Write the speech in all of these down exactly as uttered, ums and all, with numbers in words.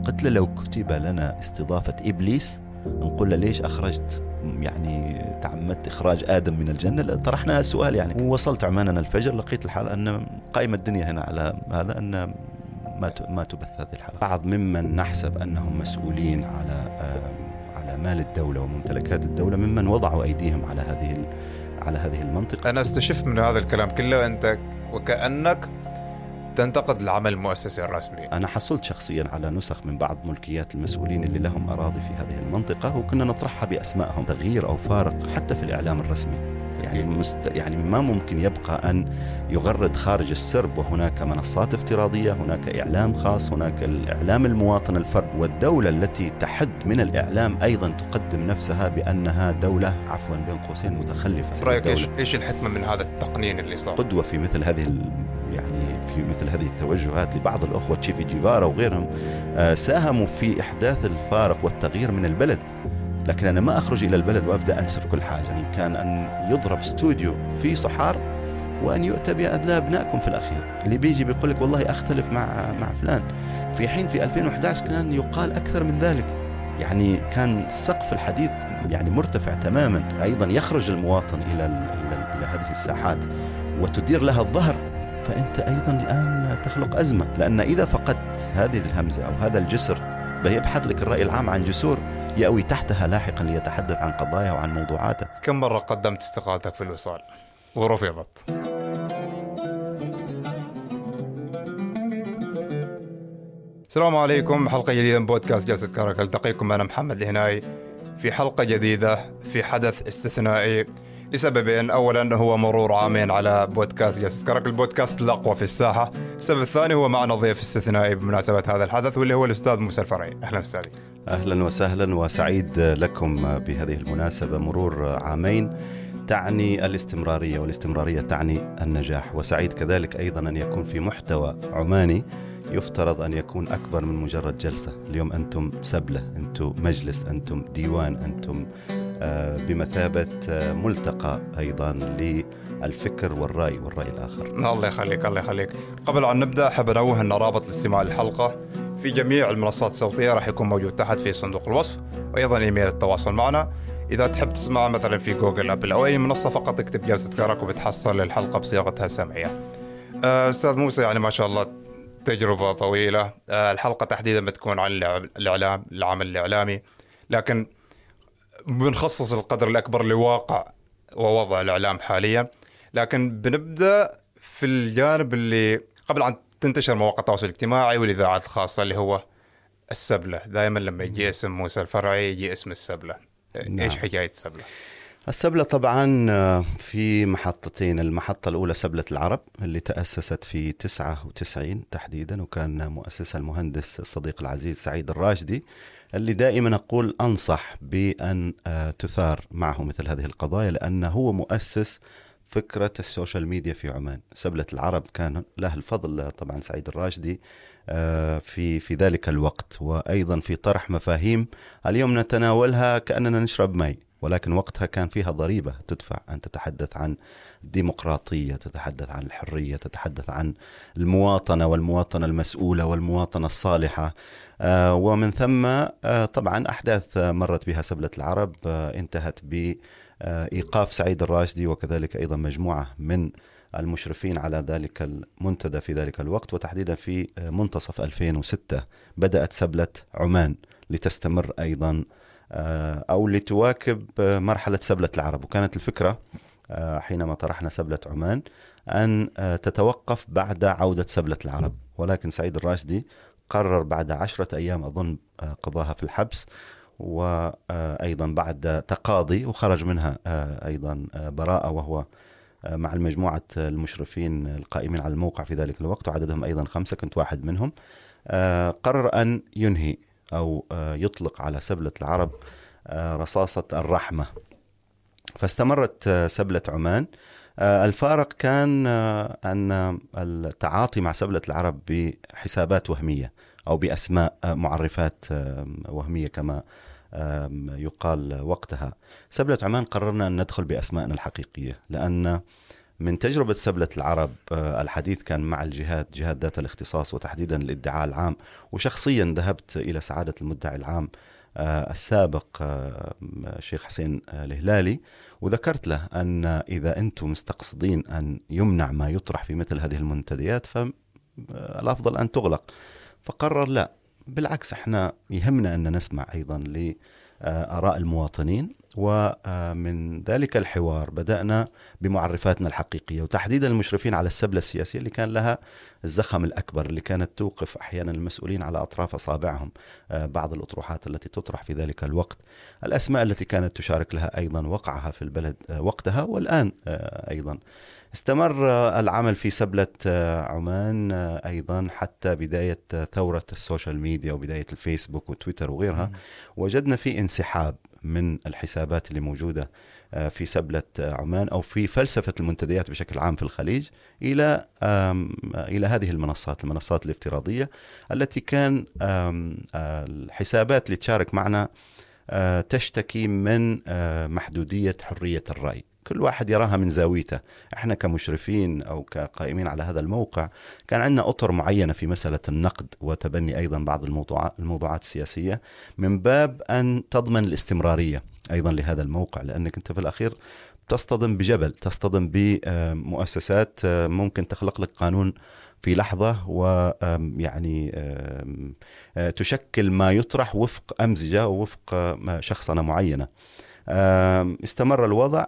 قلت له لو كتب لنا استضافة إبليس نقول له ليش أخرجت، يعني تعمدت إخراج آدم من الجنة. طرحنا السؤال يعني. ووصلت عمان أنا الفجر، لقيت الحال أن قائمة الدنيا هنا على هذا، أن ما ما تبث هذه الحلقة. بعض ممن نحسب أنهم مسؤولين على على مال الدولة وممتلكات الدولة ممن وضعوا أيديهم على هذه على هذه المنطقة. أنا استشف من هذا الكلام كله أنت وكأنك تنتقد العمل المؤسسي الرسمي. أنا حصلت شخصيا على نسخ من بعض ملكيات المسؤولين اللي لهم أراضي في هذه المنطقة، وكنا نطرحها بأسمائهم. تغيير أو فارق حتى في الإعلام الرسمي، يعني مست... يعني ما ممكن يبقى أن يغرد خارج السرب، وهناك منصات افتراضية، هناك إعلام خاص، هناك الإعلام المواطن الفرد، والدولة التي تحد من الإعلام أيضا تقدم نفسها بأنها دولة عفوا بين قوسين متخلفة. رأيك إيش إيش الحكمة من هذا التقنين اللي صار؟ قدوة في مثل هذه ال... يعني في مثل هذه التوجهات لبعض الأخوة تشيفي جيفارا وغيرهم ساهموا في إحداث الفارق والتغيير من البلد. لكن أنا ما أخرج إلى البلد وأبدأ أنسف كل حاجة. يعني كان أن يضرب استوديو في صحار وأن يؤتى بأبنائكم في الأخير. اللي بيجي بيقول لك والله أختلف مع مع فلان، في حين في ألفين وإحدى عشر كان يقال أكثر من ذلك. يعني كان سقف الحديث يعني مرتفع تماما. أيضا يخرج المواطن إلى إلى إلى هذه الساحات وتدير لها الظهر، فأنت أيضا الآن تخلق أزمة. لأن إذا فقدت هذه الهمزة أو هذا الجسر بيبحث لك الرأي العام عن جسور يأوي تحتها لاحقا ليتحدث عن قضايا وعن موضوعاته. كم مرة قدمت استقالتك في الوصال ورفضت؟ السلام عليكم، حلقة جديدة من بودكاست جلسة كرك. ألتقيكم أنا محمد الهناي في حلقة جديدة في حدث استثنائي لسببين. أولا هو مرور عامين على بودكاست جلسة كرك، البودكاست الأقوى في الساحة. السبب الثاني هو معنا ضيف استثنائي بمناسبة هذا الحدث، واللي هو الأستاذ موسى الفرعي. أهلا أستاذي. أهلا وسهلا وسعيد لكم بهذه المناسبة. مرور عامين تعني الاستمرارية، والاستمرارية تعني النجاح، وسعيد كذلك أيضا أن يكون في محتوى عماني يفترض أن يكون أكبر من مجرد جلسة. اليوم أنتم سبلة، أنتم مجلس، أنتم ديوان، أنتم بمثابة ملتقى أيضا للفكر والرأي والرأي الآخر. الله يخليك الله يخليك. قبل أن نبدأ حاب أنوه أن رابط الاستماع للحلقة في جميع المنصات الصوتية راح يكون موجود تحت في صندوق الوصف، وأيضا إيميل التواصل معنا. إذا تحب تسمع مثلا في جوجل أبل أو أي منصة فقط اكتب جلسة كرك وبتحصل الحلقة بصيغتها السمعية. أستاذ موسى، يعني ما شاء الله تجربة طويلة. الحلقة تحديدا بتكون عن الإعلام، العمل الإعلامي، لكن بنخصص القدر الأكبر لواقع ووضع الإعلام حاليا. لكن بنبدأ في الجانب اللي قبل أن تنتشر مواقع التواصل الاجتماعي والإذاعات الخاصة، اللي هو السبلة. دائما لما يجي اسم موسى الفرعي يجي اسم السبلة. نعم. إيش حكاية السبلة؟ السبلة طبعا في محطتين. المحطة الأولى سبلة العرب اللي تأسست في تسعة وتسعين تحديدا، وكان مؤسسها المهندس الصديق العزيز سعيد الراشدي، اللي دائما أقول أنصح بأن تثار معه مثل هذه القضايا، لأنه هو مؤسس فكرة السوشيال ميديا في عمان. سبلة العرب كان له الفضل طبعا سعيد الراشدي في في ذلك الوقت، وأيضا في طرح مفاهيم اليوم نتناولها كأننا نشرب ماء، ولكن وقتها كان فيها ضريبة تدفع. أن تتحدث عن الديمقراطية، تتحدث عن الحرية، تتحدث عن المواطنة والمواطنة المسؤولة والمواطنة الصالحة. آه ومن ثم آه طبعا أحداث مرت بها سبلة العرب آه انتهت بإيقاف سعيد الراشدي، وكذلك أيضا مجموعة من المشرفين على ذلك المنتدى في ذلك الوقت. وتحديدا في منتصف ألفين وستة بدأت سبلة عمان لتستمر أيضا أو لتواكب مرحلة سبلة العرب. وكانت الفكرة حينما طرحنا سبلة عمان أن تتوقف بعد عودة سبلة العرب، ولكن سعيد الراشدي قرر بعد عشرة أيام أظن قضاها في الحبس، وأيضا بعد تقاضي وخرج منها أيضا براءة، وهو مع المجموعة المشرفين القائمين على الموقع في ذلك الوقت، وعددهم أيضا خمسة، كنت واحد منهم. قرر أن ينهي أو يطلق على سبلة العرب رصاصة الرحمة، فاستمرت سبلة عمان. الفارق كان أن التعاطي مع سبلة العرب بحسابات وهمية أو بأسماء معرفات وهمية كما يقال وقتها. سبلة عمان قررنا أن ندخل بأسمائنا الحقيقية، لأن من تجربة سبلة العرب الحديث كان مع الجهات، جهات ذات الاختصاص وتحديدا الادعاء العام، وشخصيا ذهبت إلى سعادة المدعي العام السابق الشيخ حسين الهلالي، وذكرت له أن إذا أنتم مستقصدين أن يمنع ما يطرح في مثل هذه المنتديات فالأفضل أن تغلق. فقرر لا، بالعكس احنا يهمنا أن نسمع أيضا لآراء المواطنين، ومن ذلك الحوار بدأنا بمعرفاتنا الحقيقية، وتحديدا المشرفين على السبلة السياسية اللي كان لها الزخم الأكبر، اللي كانت توقف أحيانا المسؤولين على أطراف أصابعهم بعض الأطروحات التي تطرح في ذلك الوقت. الأسماء التي كانت تشارك لها أيضا وقعها في البلد وقتها والآن أيضا. استمر العمل في سبلة عمان أيضا حتى بداية ثورة السوشيال ميديا وبداية الفيسبوك وتويتر وغيرها. وجدنا في انسحاب من الحسابات اللي موجودة في سبلة عمان أو في فلسفة المنتديات بشكل عام في الخليج إلى إلى هذه المنصات، المنصات الافتراضية التي كان الحسابات اللي تشارك معنا تشتكي من محدودية حرية الرأي. كل واحد يراها من زاويته. احنا كمشرفين او كقائمين على هذا الموقع كان عندنا اطر معينه في مساله النقد وتبني ايضا بعض الموضوعات الموضوعات السياسيه من باب ان تضمن الاستمراريه ايضا لهذا الموقع، لانك انت في الاخير تصطدم بجبل، تصطدم بمؤسسات ممكن تخلق لك قانون في لحظة، ويعني تشكل ما يطرح وفق أمزجة ووفق شخصنة معينة. استمر الوضع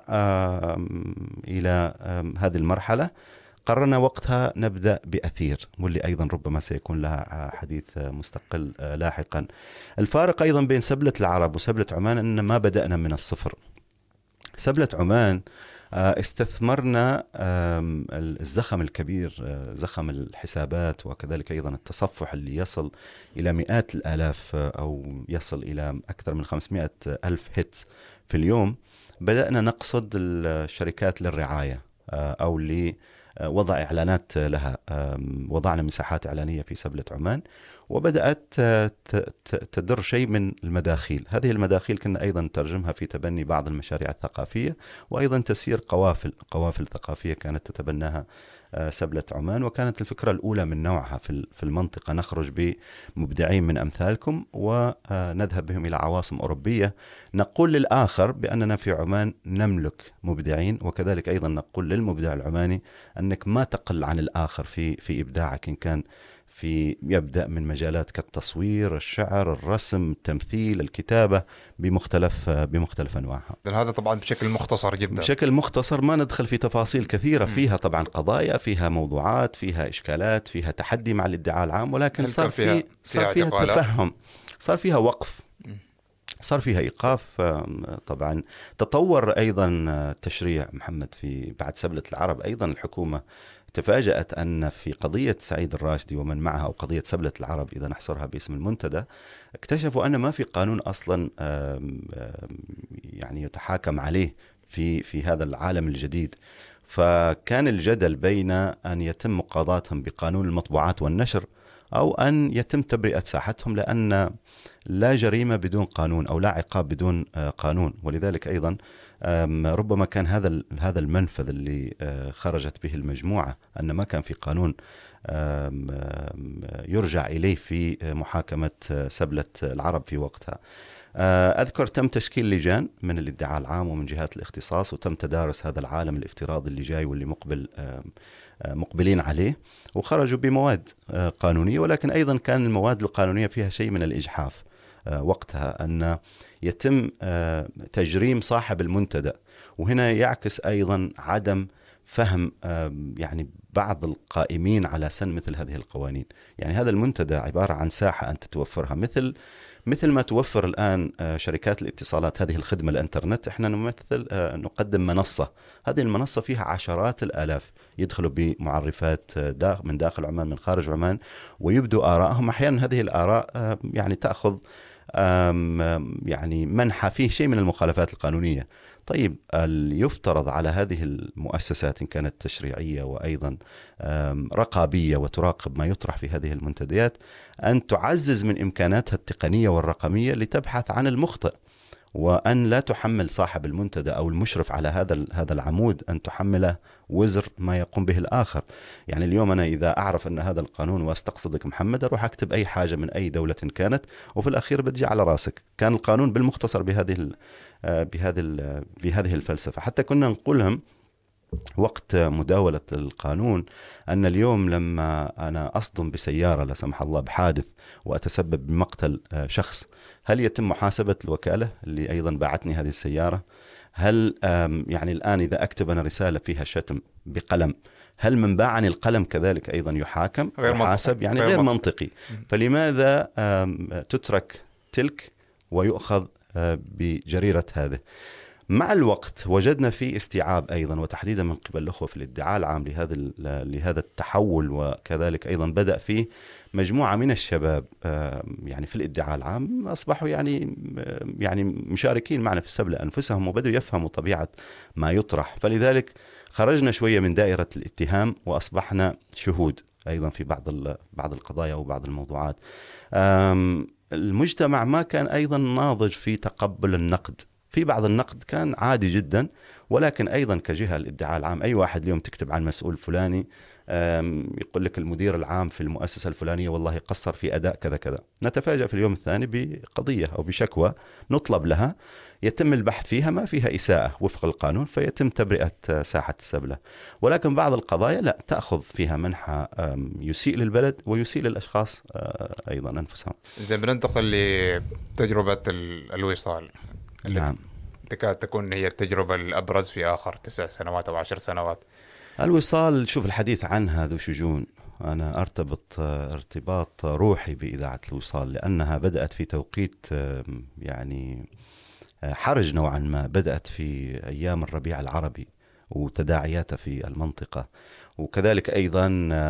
إلى هذه المرحلة. قررنا وقتها نبدأ بأثير، واللي أيضا ربما سيكون لها حديث مستقل لاحقا. الفارق أيضا بين سبلة العرب وسبلة عمان أن ما بدأنا من الصفر. سبلة عمان استثمرنا الزخم الكبير، زخم الحسابات، وكذلك أيضا التصفح اللي يصل إلى مئات الآلاف أو يصل إلى أكثر من خمسمائة ألف هيت في اليوم. بدأنا نقصد الشركات للرعاية أو لوضع إعلانات لها. وضعنا مساحات إعلانية في سبلة عمان، وبدأت تدر شيء من المداخيل. هذه المداخيل كنا أيضا نترجمها في تبني بعض المشاريع الثقافية، وأيضا تسيير قوافل قوافل ثقافية كانت تتبناها سبلة عمان. وكانت الفكرة الأولى من نوعها في المنطقة، نخرج بمبدعين من أمثالكم ونذهب بهم إلى عواصم أوروبية، نقول للآخر بأننا في عمان نملك مبدعين، وكذلك أيضا نقول للمبدع العماني أنك ما تقل عن الآخر في في إبداعك، إن كان في يبدأ من مجالات كالتصوير، الشعر، الرسم، التمثيل، الكتابة، بمختلف بمختلف أنواعها. هذا طبعا بشكل مختصر جدا، بشكل مختصر، ما ندخل في تفاصيل كثيرة. فيها طبعا قضايا، فيها موضوعات، فيها إشكالات، فيها تحدي مع الادعاء العام، ولكن صار فيها صار فيها تفهم، صار فيها وقف، صار فيها إيقاف. طبعا تطور أيضا التشريع محمد في بعد سبلة العرب. أيضا الحكومة تفاجأت أن في قضية سعيد الراشدي ومن معها، أو قضية سبلة العرب إذا نحصرها باسم المنتدى، اكتشفوا أن ما في قانون أصلا يعني يتحاكم عليه في في هذا العالم الجديد. فكان الجدل بين أن يتم مقاضاتهم بقانون المطبوعات والنشر، أو أن يتم تبرئة ساحتهم، لأن لا جريمة بدون قانون أو لا عقاب بدون قانون. ولذلك أيضا ربما كان هذا هذا المنفذ اللي خرجت به المجموعة، أن ما كان في قانون يرجع إليه في محاكمة سبلة العرب في وقتها. أذكر تم تشكيل لجان من الادعاء العام ومن جهات الاختصاص، وتم تدارس هذا العالم الافتراضي اللي جاي واللي مقبل مقبلين عليه، وخرجوا بمواد قانونية. ولكن أيضا كان المواد القانونية فيها شيء من الإجحاف وقتها، أن يتم تجريم صاحب المنتدى. وهنا يعكس أيضا عدم فهم يعني بعض القائمين على سن مثل هذه القوانين. يعني هذا المنتدى عبارة عن ساحة أنت توفرها، مثل مثل ما توفر الآن شركات الاتصالات هذه الخدمة الانترنت. احنا نمثل نقدم منصة، هذه المنصة فيها عشرات الآلاف يدخلوا بمعرفات من داخل عمان من خارج عمان، ويبدوا آرائهم. أحيانا هذه الآراء يعني تأخذ يعني منحى فيه شيء من المخالفات القانونية. طيب يفترض على هذه المؤسسات إن كانت تشريعية وأيضا رقابية وتراقب ما يطرح في هذه المنتديات أن تعزز من إمكاناتها التقنية والرقمية لتبحث عن المخطئ. وأن لا تحمل صاحب المنتدى أو المشرف على هذا هذا العمود أن تحمله وزر ما يقوم به الآخر. يعني اليوم أنا إذا أعرف أن هذا القانون وأستقصدك محمد، أروح أكتب أي حاجة من أي دولة كانت، وفي الأخير بتجي على راسك. كان القانون بالمختصر بهذه بهذه بهذه الفلسفة. حتى كنا نقولهم وقت مداولة القانون أن اليوم لما أنا أصدم بسيارة لا سمح الله بحادث وأتسبب بمقتل شخص، هل يتم محاسبة الوكالة اللي أيضا باعتني هذه السيارة؟ هل يعني الآن إذا أكتب أنا رسالة فيها شتم بقلم، هل من باعني القلم كذلك أيضا يحاكم ويحاسب؟ يعني غير, غير منطقي. فلماذا تترك تلك ويؤخذ بجريرة هذه؟ مع الوقت وجدنا في استيعاب أيضا، وتحديدا من قبل الأخوة في الادعاء العام لهذا لهذا التحول، وكذلك أيضا بدأ فيه مجموعة من الشباب يعني في الادعاء العام أصبحوا يعني يعني مشاركين معنا في السبلة أنفسهم، وبدأوا يفهموا طبيعة ما يطرح. فلذلك خرجنا شوية من دائرة الاتهام وأصبحنا شهود أيضا في بعض بعض القضايا وبعض الموضوعات. المجتمع ما كان أيضا ناضج في تقبل النقد. في بعض النقد كان عادي جدا، ولكن أيضا كجهة الادعاء العام أي واحد اليوم تكتب عن مسؤول فلاني يقول لك المدير العام في المؤسسة الفلانية والله قصر في أداء كذا كذا، نتفاجأ في اليوم الثاني بقضية أو بشكوى نطلب لها، يتم البحث فيها ما فيها إساءة وفق القانون، فيتم تبرئة ساحة السبلة. ولكن بعض القضايا لا، تأخذ فيها منحى يسيء للبلد ويسيء للأشخاص أيضا أنفسهم. زي بننتقل لتجربة الوصال. نعم. تكاد تكون هي التجربة الأبرز في آخر تسع سنوات أو عشر سنوات. الوصال، شوف الحديث عنها ذو شجون. أنا أرتبط ارتباط روحي بإذاعة الوصال، لأنها بدأت في توقيت يعني حرج نوعا ما، بدأت في أيام الربيع العربي وتداعياته في المنطقة، وكذلك أيضا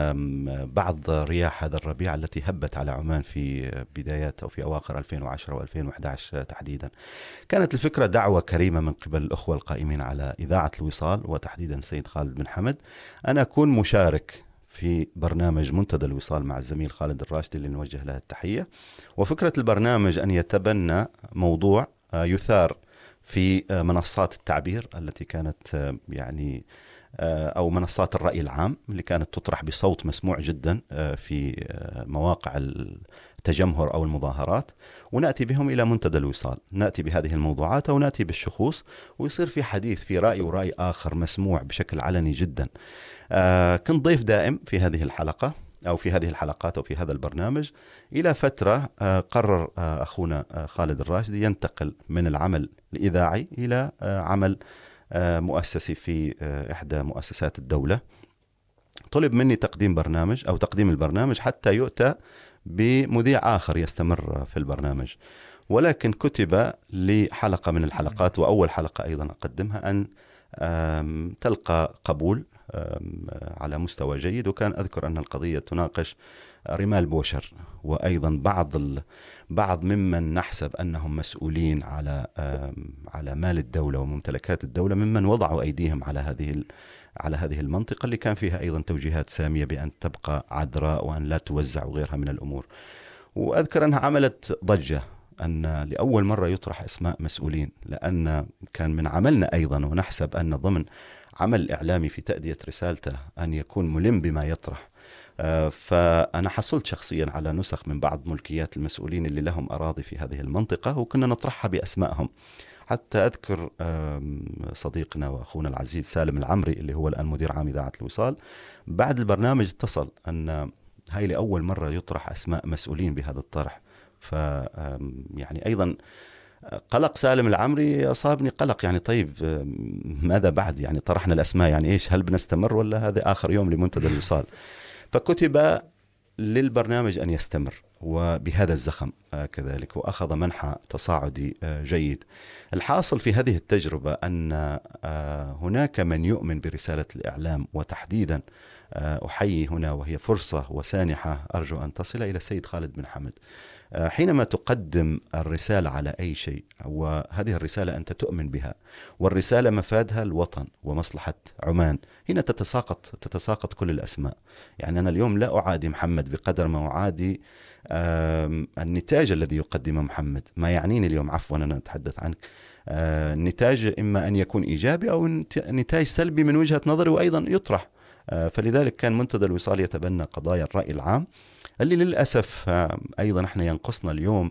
بعض رياح هذا الربيع التي هبت على عمان في بدايات أو في أواخر ألفين وعشرة وألفين وأحد عشر تحديدا. كانت الفكرة دعوة كريمة من قبل الأخوة القائمين على إذاعة الوصال، وتحديدا السيد خالد بن حمد، أنا أكون مشارك في برنامج منتدى الوصال مع الزميل خالد الراشدي اللي نوجه له التحية. وفكرة البرنامج أن يتبنى موضوع يثار في منصات التعبير التي كانت يعني أو منصات الرأي العام اللي كانت تطرح بصوت مسموع جدا في مواقع التجمهر أو المظاهرات، ونأتي بهم إلى منتدى الوصال، نأتي بهذه الموضوعات أو نأتي بالشخوص، ويصير في حديث في رأي ورأي آخر مسموع بشكل علني جدا. كنت ضيف دائم في هذه الحلقة أو في هذه الحلقات أو في هذا البرنامج، إلى فترة قرر أخونا خالد الراشدي ينتقل من العمل الإذاعي إلى عمل مؤسسي في إحدى مؤسسات الدولة. طلب مني تقديم برنامج أو تقديم البرنامج حتى يؤتى بمذيع آخر يستمر في البرنامج، ولكن كتب لي حلقة من الحلقات، وأول حلقة أيضا أقدمها، أن تلقى قبول على مستوى جيد. وكان أذكر أن القضية تناقش رمال بوشر، وأيضا بعض ال... بعض ممن نحسب أنهم مسؤولين على على مال الدولة وممتلكات الدولة، ممن وضعوا أيديهم على هذه ال... على هذه المنطقة اللي كان فيها أيضا توجيهات سامية بأن تبقى عذراء وأن لا توزع وغيرها من الأمور. وأذكر أنها عملت ضجة أن لأول مرة يطرح أسماء مسؤولين، لأن كان من عملنا أيضا ونحسب أن ضمن عمل الإعلامي في تأدية رسالته أن يكون ملم بما يطرح. فأنا حصلت شخصيا على نسخ من بعض ملكيات المسؤولين اللي لهم أراضي في هذه المنطقة، وكنا نطرحها بأسمائهم. حتى أذكر صديقنا وأخونا العزيز سالم العمري اللي هو الآن مدير عام إذاعة الوصال، بعد البرنامج اتصل أن هاي لأول مرة يطرح أسماء مسؤولين بهذا الطرح. ف يعني أيضا قلق سالم العمري أصابني قلق، يعني طيب ماذا بعد؟ يعني طرحنا الأسماء، يعني إيش، هل بنستمر ولا هذا آخر يوم لمنتدى الوصال؟ فكتب للبرنامج أن يستمر وبهذا الزخم كذلك، وأخذ منحى تصاعدي جيد. الحاصل في هذه التجربة أن هناك من يؤمن برسالة الإعلام، وتحديدا أحيي هنا، وهي فرصة وسانحة أرجو أن تصل إلى السيد خالد بن حمد. حينما تقدم الرسالة على أي شيء، وهذه الرسالة أنت تؤمن بها، والرسالة مفادها الوطن ومصلحة عمان، هنا تتساقط تتساقط كل الأسماء. يعني أنا اليوم لا أعادي محمد بقدر ما أعادي النتاج الذي يقدمه محمد. ما يعنيني اليوم، عفوا أنا أتحدث عنك، النتاج إما أن يكون إيجابي أو نتاج سلبي من وجهة نظري وأيضا يطرح. فلذلك كان منتدى الوصال يتبنى قضايا الرأي العام، اللي للأسف أيضا احنا ينقصنا اليوم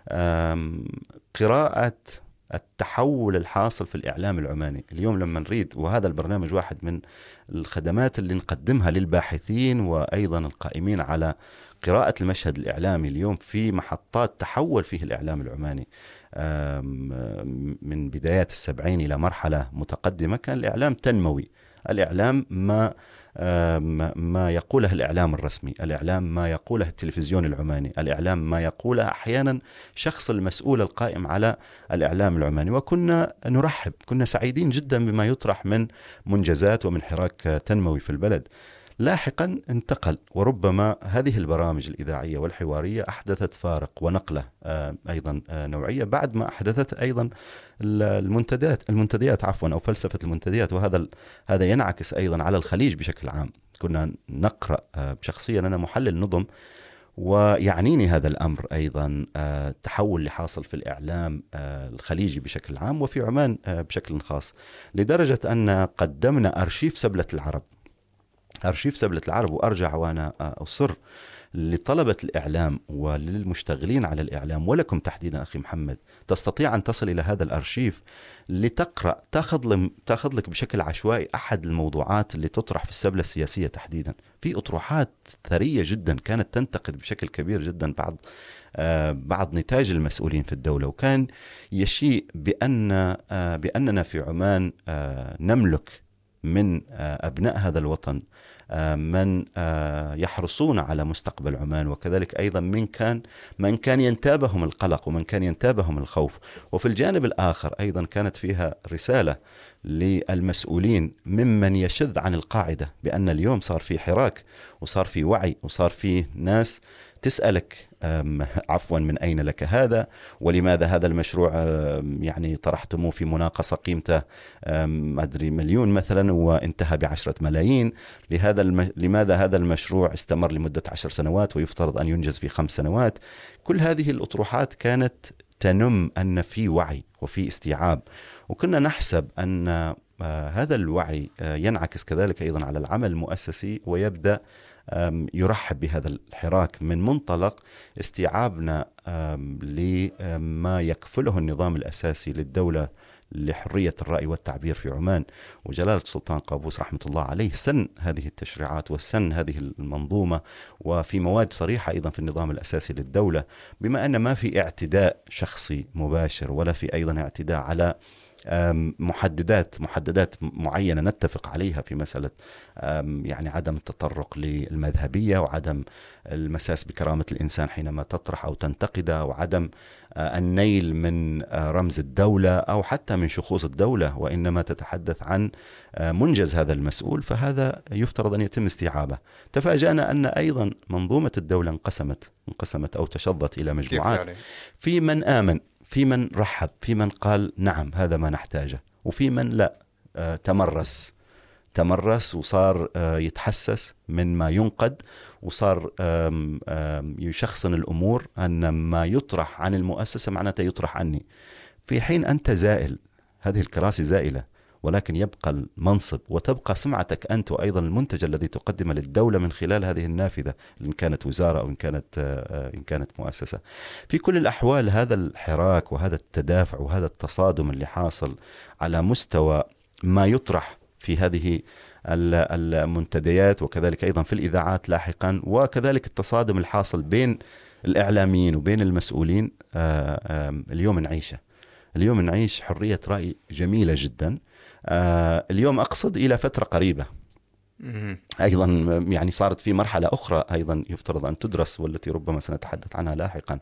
قراءة التحول الحاصل في الإعلام العماني. اليوم لما نريد، وهذا البرنامج واحد من الخدمات اللي نقدمها للباحثين وأيضا القائمين على قراءة المشهد الإعلامي اليوم في محطات تحول فيه الإعلام العماني من بدايات السبعين إلى مرحلة متقدمة، كان الإعلام تنموي. الإعلام ما ما يقوله الإعلام الرسمي، الإعلام ما يقوله التلفزيون العماني، الإعلام ما يقوله أحيانا شخص المسؤول القائم على الإعلام العماني. وكنا نرحب، كنا سعيدين جدا بما يطرح من منجزات ومن حراك تنموي في البلد. لاحقا انتقل، وربما هذه البرامج الإذاعية والحوارية أحدثت فارق ونقلة أيضا نوعية بعد ما أحدثت أيضا المنتديات المنتديات عفوا أو فلسفة المنتديات. وهذا هذا ينعكس أيضا على الخليج بشكل عام. كنا نقرأ، شخصيا أنا محلل نظم ويعنيني هذا الأمر أيضا، التحول اللي حاصل في الإعلام الخليجي بشكل عام وفي عمان بشكل خاص، لدرجة أن قدمنا أرشيف سبلة العرب. أرشيف سبلة العرب، وأرجع وأنا أصر لطلبة الإعلام وللمشتغلين على الإعلام ولكم تحديدا أخي محمد، تستطيع أن تصل إلى هذا الأرشيف لتقرأ، تأخذ تأخذ لك بشكل عشوائي أحد الموضوعات اللي تطرح في السبلة السياسية تحديدا. في أطروحات ثرية جدا كانت تنتقد بشكل كبير جدا بعض آه بعض نتاج المسؤولين في الدولة، وكان يشيء بأن آه بأننا في عمان آه نملك من أبناء هذا الوطن من يحرصون على مستقبل عمان، وكذلك أيضا من كان من كان ينتابهم القلق ومن كان ينتابهم الخوف. وفي الجانب الآخر أيضا كانت فيها رسالة للمسؤولين ممن يشذ عن القاعدة، بأن اليوم صار في حراك وصار في وعي وصار في ناس تسألك عفوا من أين لك هذا، ولماذا هذا المشروع يعني طرحتموه في مناقصة قيمته أدري مليون مثلا وانتهى بعشرة ملايين، لهذا الم... لماذا هذا المشروع استمر لمدة عشر سنوات ويفترض أن ينجز في خمس سنوات. كل هذه الأطروحات كانت تنم أن في وعي وفي استيعاب، وكنا نحسب أن هذا الوعي ينعكس كذلك أيضا على العمل المؤسسي، ويبدأ يرحب بهذا الحراك من منطلق استيعابنا لما يكفله النظام الأساسي للدولة لحرية الرأي والتعبير في عمان. وجلالة السلطان قابوس رحمة الله عليه سن هذه التشريعات وسن هذه المنظومة، وفي مواد صريحة أيضا في النظام الأساسي للدولة، بما أن ما في اعتداء شخصي مباشر ولا في أيضا اعتداء على محددات محددات معينة نتفق عليها في مسألة يعني عدم التطرق للمذهبية وعدم المساس بكرامة الإنسان حينما تطرح أو تنتقده، وعدم النيل من رمز الدولة أو حتى من شخوص الدولة، وإنما تتحدث عن منجز هذا المسؤول، فهذا يفترض أن يتم استيعابه. تفاجأنا أن أيضا منظومة الدولة انقسمت انقسمت أو تشظت إلى مجموعات، في من آمن، في من رحب، في من قال نعم هذا ما نحتاجه، وفي من لا آه تمرس تمرس وصار آه يتحسس من ما ينقد، وصار آم آم يشخصن الأمور أن ما يطرح عن المؤسسة معناته يطرح عني، في حين أنت زائل، هذه الكراسي زائلة، ولكن يبقى المنصب وتبقى سمعتك أنت وأيضا المنتج الذي تقدمه للدولة من خلال هذه النافذة، إن كانت وزارة أو إن كانت إن كانت مؤسسة. في كل الأحوال هذا الحراك وهذا التدافع وهذا التصادم اللي حاصل على مستوى ما يطرح في هذه المنتديات وكذلك أيضا في الإذاعات لاحقا، وكذلك التصادم الحاصل بين الإعلاميين وبين المسؤولين، اليوم نعيشه. اليوم نعيش حرية رأي جميلة جدا. آه اليوم أقصد إلى فترة قريبة أيضا، يعني صارت في مرحلة أخرى أيضا يفترض أن تدرس والتي ربما سنتحدث عنها لاحقا.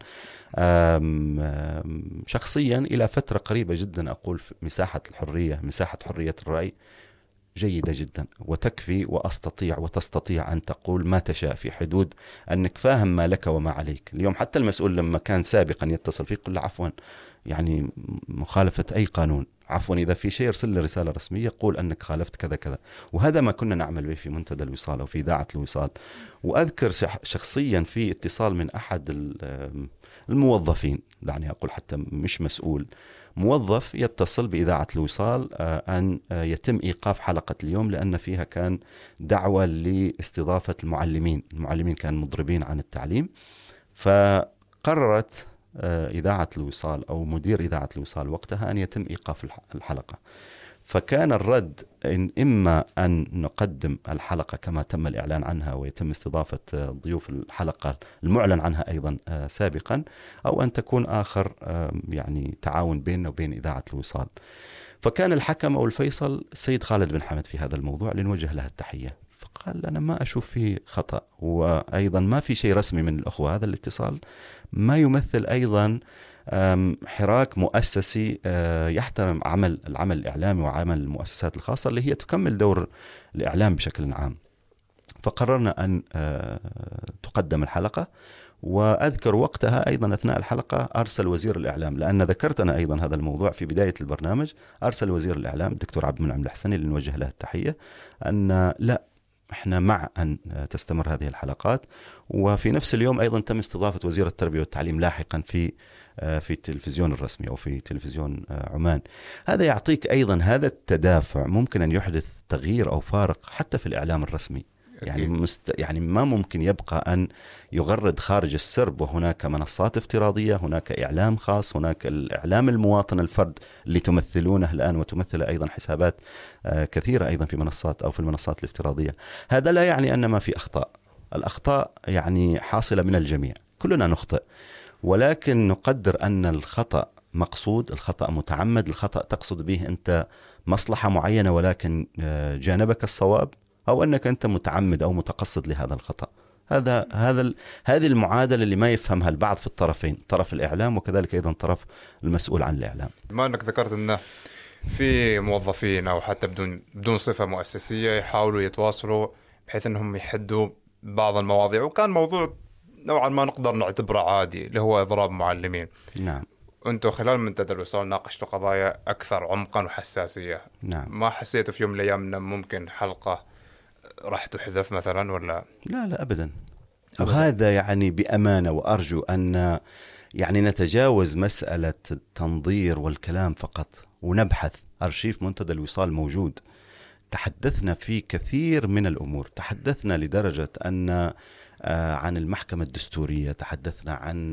آم آم شخصيا إلى فترة قريبة جدا أقول مساحة الحرية، مساحة حرية الرأي جيدة جدا وتكفي، وأستطيع وتستطيع أن تقول ما تشاء في حدود أنك فاهم ما لك وما عليك. اليوم حتى المسؤول لما كان سابقا يتصل فيك قل له عفوا يعني مخالفة أي قانون، عفوا إذا في شيء يرسل لي رسالة رسمية قول أنك خالفت كذا كذا. وهذا ما كنا نعمل به في منتدى الوصال أو في إذاعة الوصال. وأذكر شخصيا في اتصال من أحد الموظفين، دعني أقول حتى مش مسؤول، موظف يتصل بإذاعة الوصال أن يتم إيقاف حلقة اليوم لأن فيها كان دعوة لاستضافة المعلمين. المعلمين كانوا مضربين عن التعليم، فقررت إذاعة الوصال أو مدير إذاعة الوصال وقتها أن يتم إيقاف الحلقة. فكان الرد إن إما أن نقدم الحلقة كما تم الإعلان عنها ويتم استضافة ضيوف الحلقة المعلن عنها أيضا سابقا، أو أن تكون آخر يعني تعاون بيننا وبين إذاعة الوصال. فكان الحكم أو الفيصل السيد خالد بن حمد في هذا الموضوع لنوجه له التحية. فقال أنا ما أشوف فيه خطأ، وأيضا ما في شيء رسمي من الأخوة، هذا الاتصال ما يمثل أيضا حراك مؤسسي يحترم عمل العمل الإعلامي وعمل المؤسسات الخاصة اللي هي تكمل دور الإعلام بشكل عام. فقررنا أن تقدم الحلقة. وأذكر وقتها أيضا أثناء الحلقة أرسل وزير الإعلام، لأن ذكرت أنا أيضا هذا الموضوع في بداية البرنامج، أرسل وزير الإعلام الدكتور عبد المنعم الحسني اللي نوجه له التحية أن لا احنا مع أن تستمر هذه الحلقات. وفي نفس اليوم أيضا تم استضافة وزير التربية والتعليم لاحقا في في التلفزيون الرسمي أو في تلفزيون عمان. هذا يعطيك أيضا هذا التدافع ممكن أن يحدث تغيير أو فارق حتى في الإعلام الرسمي. يعني مست... يعني ما ممكن يبقى أن يغرد خارج السرب، وهناك منصات افتراضية، هناك إعلام خاص، هناك الإعلام المواطن الفرد اللي تمثلونه الآن وتمثل أيضا حسابات كثيرة أيضا في منصات أو في المنصات الافتراضية. هذا لا يعني أن ما في أخطاء، الأخطاء يعني حاصلة من الجميع، كلنا نخطئ، ولكن نقدر أن الخطأ مقصود، الخطأ متعمد، الخطأ تقصد به أنت مصلحة معينة ولكن جانبك الصواب، أو أنك أنت متعمد أو متقصد لهذا الخطأ. هذا هذا هذه المعادلة اللي ما يفهمها البعض في الطرفين، طرف الإعلام وكذلك أيضا طرف المسؤول عن الإعلام. ما أنك ذكرت أنه في موظفين أو حتى بدون بدون صفة مؤسسية يحاولوا يتواصلوا بحيث أنهم يحدوا بعض المواضيع، وكان موضوع نوعا ما نقدر نعتبره عادي اللي هو إضراب معلمين. نعم. أنتوا خلال منتدى الوصال ناقشتوا قضايا أكثر عمقا وحساسية. نعم. ما حسيتوا في يوم من الأيام أن ممكن حلقة راح تحذف مثلا ولا؟ لا لا أبدا. وهذا يعني بأمانة، وأرجو أن يعني نتجاوز مسألة التنظير والكلام فقط ونبحث. أرشيف منتدى الوصال موجود، تحدثنا في كثير من الأمور، تحدثنا لدرجة أن عن المحكمة الدستورية، تحدثنا عن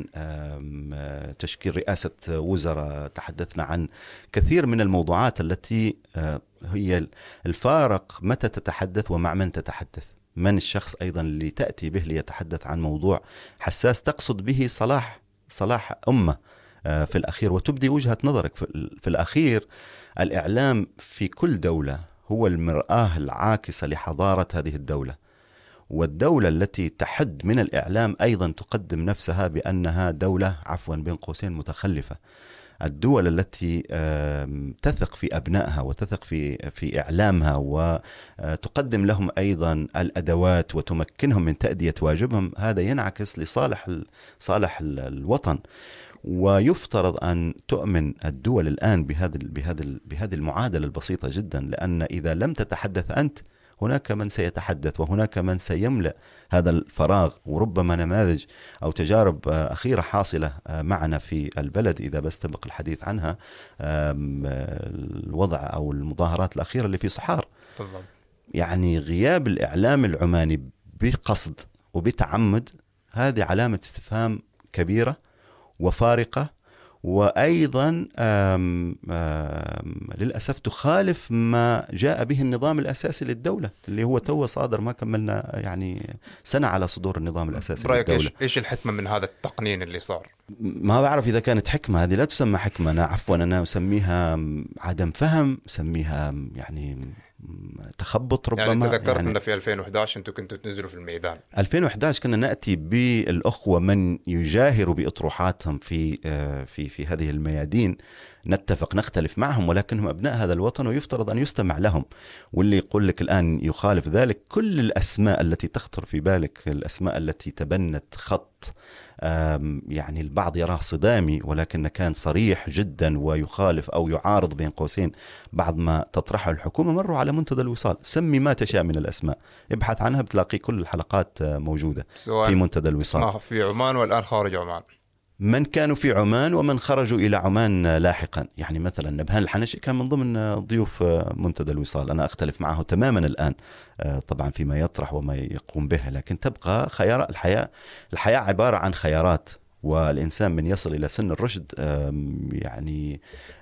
تشكيل رئاسة وزراء، تحدثنا عن كثير من الموضوعات التي هي الفارق متى تتحدث ومع من تتحدث، من الشخص أيضا اللي تأتي به ليتحدث عن موضوع حساس تقصد به صلاح صلاح أمة في الأخير وتبدي وجهة نظرك. في الأخير الإعلام في كل دولة هو المرآة العاكسة لحضارة هذه الدولة، والدولة التي تحد من الإعلام أيضا تقدم نفسها بأنها دولة عفوا بين قوسين متخلفة. الدول التي تثق في أبنائها وتثق في في إعلامها وتقدم لهم أيضا الأدوات وتمكنهم من تأدية واجبهم، هذا ينعكس لصالح صالح الوطن. ويفترض أن تؤمن الدول الآن بهذه بهذه بهذه المعادلة البسيطة جدا، لأن إذا لم تتحدث أنت هناك من سيتحدث وهناك من سيملأ هذا الفراغ. وربما نماذج أو تجارب أخيرة حاصلة معنا في البلد إذا بستبق الحديث عنها، الوضع أو المظاهرات الأخيرة اللي في صحار. طبعا. يعني غياب الإعلام العماني بقصد وبتعمد هذه علامة استفهام كبيرة وفارقة، وأيضا آم آم للأسف تخالف ما جاء به النظام الأساسي للدولة اللي هو تو صادر، ما كملنا يعني سنة على صدور النظام الأساسي برأيك للدولة. إيش إيش الحكمة من هذا التقنين اللي صار؟ ما بعرف إذا كانت حكمة، هذه لا تسمى حكمة. أنا عفوا أنا أسميها عدم فهم، أسميها يعني تخبط ربما. يعني تذكرت يعني أن في ألفين وإحدى عشر أنتم كنتوا تنزلوا في الميدان. ألفين وإحدى عشر كنا نأتي بالأخوة من يجاهروا بأطروحاتهم في في في هذه الميادين، نتفق نختلف معهم، ولكنهم أبناء هذا الوطن ويفترض أن يستمع لهم. واللي يقول لك الآن يخالف ذلك، كل الأسماء التي تخطر في بالك، الأسماء التي تبنت خط يعني البعض يراه صدامي ولكن كان صريح جدا ويخالف أو يعارض بين قوسين بعض ما تطرحه الحكومة، مروا على منتدى الوصال. سمي ما تشاء من الأسماء، ابحث عنها بتلاقي كل الحلقات موجودة في منتدى الوصال، في عمان والآن خارج عمان، من كانوا في عمان ومن خرجوا إلى عمان لاحقا. يعني مثلا نبهان الحنشي كان من ضمن ضيوف منتدى الوصال، أنا أختلف معه تماما الآن طبعا فيما يطرح وما يقوم به، لكن تبقى خيار الحياة. الحياة عبارة عن خيارات، والإنسان من يصل إلى سن الرشد يعني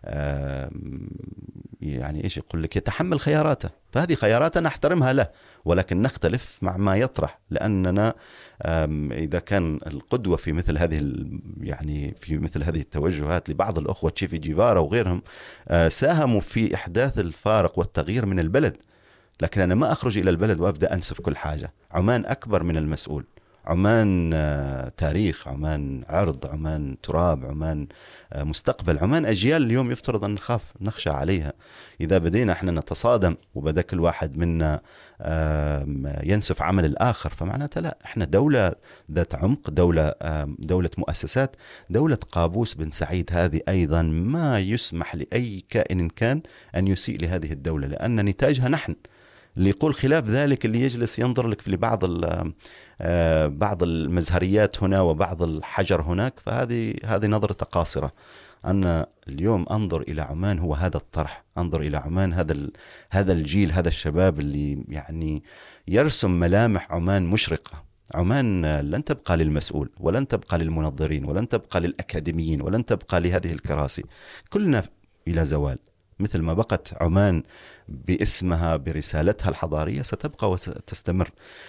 يعني إيش يقول لك، يتحمل خياراته. فهذه خياراته نحترمها له، ولكن نختلف مع ما يطرح، لأننا إذا كان القدوة في مثل هذه يعني في مثل هذه التوجهات لبعض الأخوة تشيفي جيفارا وغيرهم ساهموا في إحداث الفارق والتغيير من البلد، لكن أنا ما أخرج إلى البلد وأبدأ أنسف كل حاجة. عمان أكبر من المسؤول، عمان تاريخ، عمان عرض، عمان تراب، عمان مستقبل، عمان أجيال اليوم يفترض أن نخاف نخشى عليها. إذا بدينا احنا نتصادم وبدأ كل واحد منا ينسف عمل الآخر فمعناته لا، احنا دولة ذات عمق، دولة دولة مؤسسات، دولة قابوس بن سعيد. هذه أيضا ما يسمح لأي كائن كان أن يسيء لهذه الدولة، لأن نتاجها نحن. اللي يقول خلاف ذلك اللي يجلس ينظر لك في بعض بعض المزهريات هنا وبعض الحجر هناك، فهذه هذه نظرة قاصرة. أنا اليوم أنظر إلى عمان هو هذا الطرح، أنظر إلى عمان هذا هذا الجيل، هذا الشباب اللي يعني يرسم ملامح عمان مشرقة. عمان لن تبقى للمسؤول، ولن تبقى للمنظرين، ولن تبقى للأكاديميين، ولن تبقى لهذه الكراسي، كلنا إلى زوال. مثل ما بقت عمان باسمها برسالتها الحضارية ستبقى وستستمر.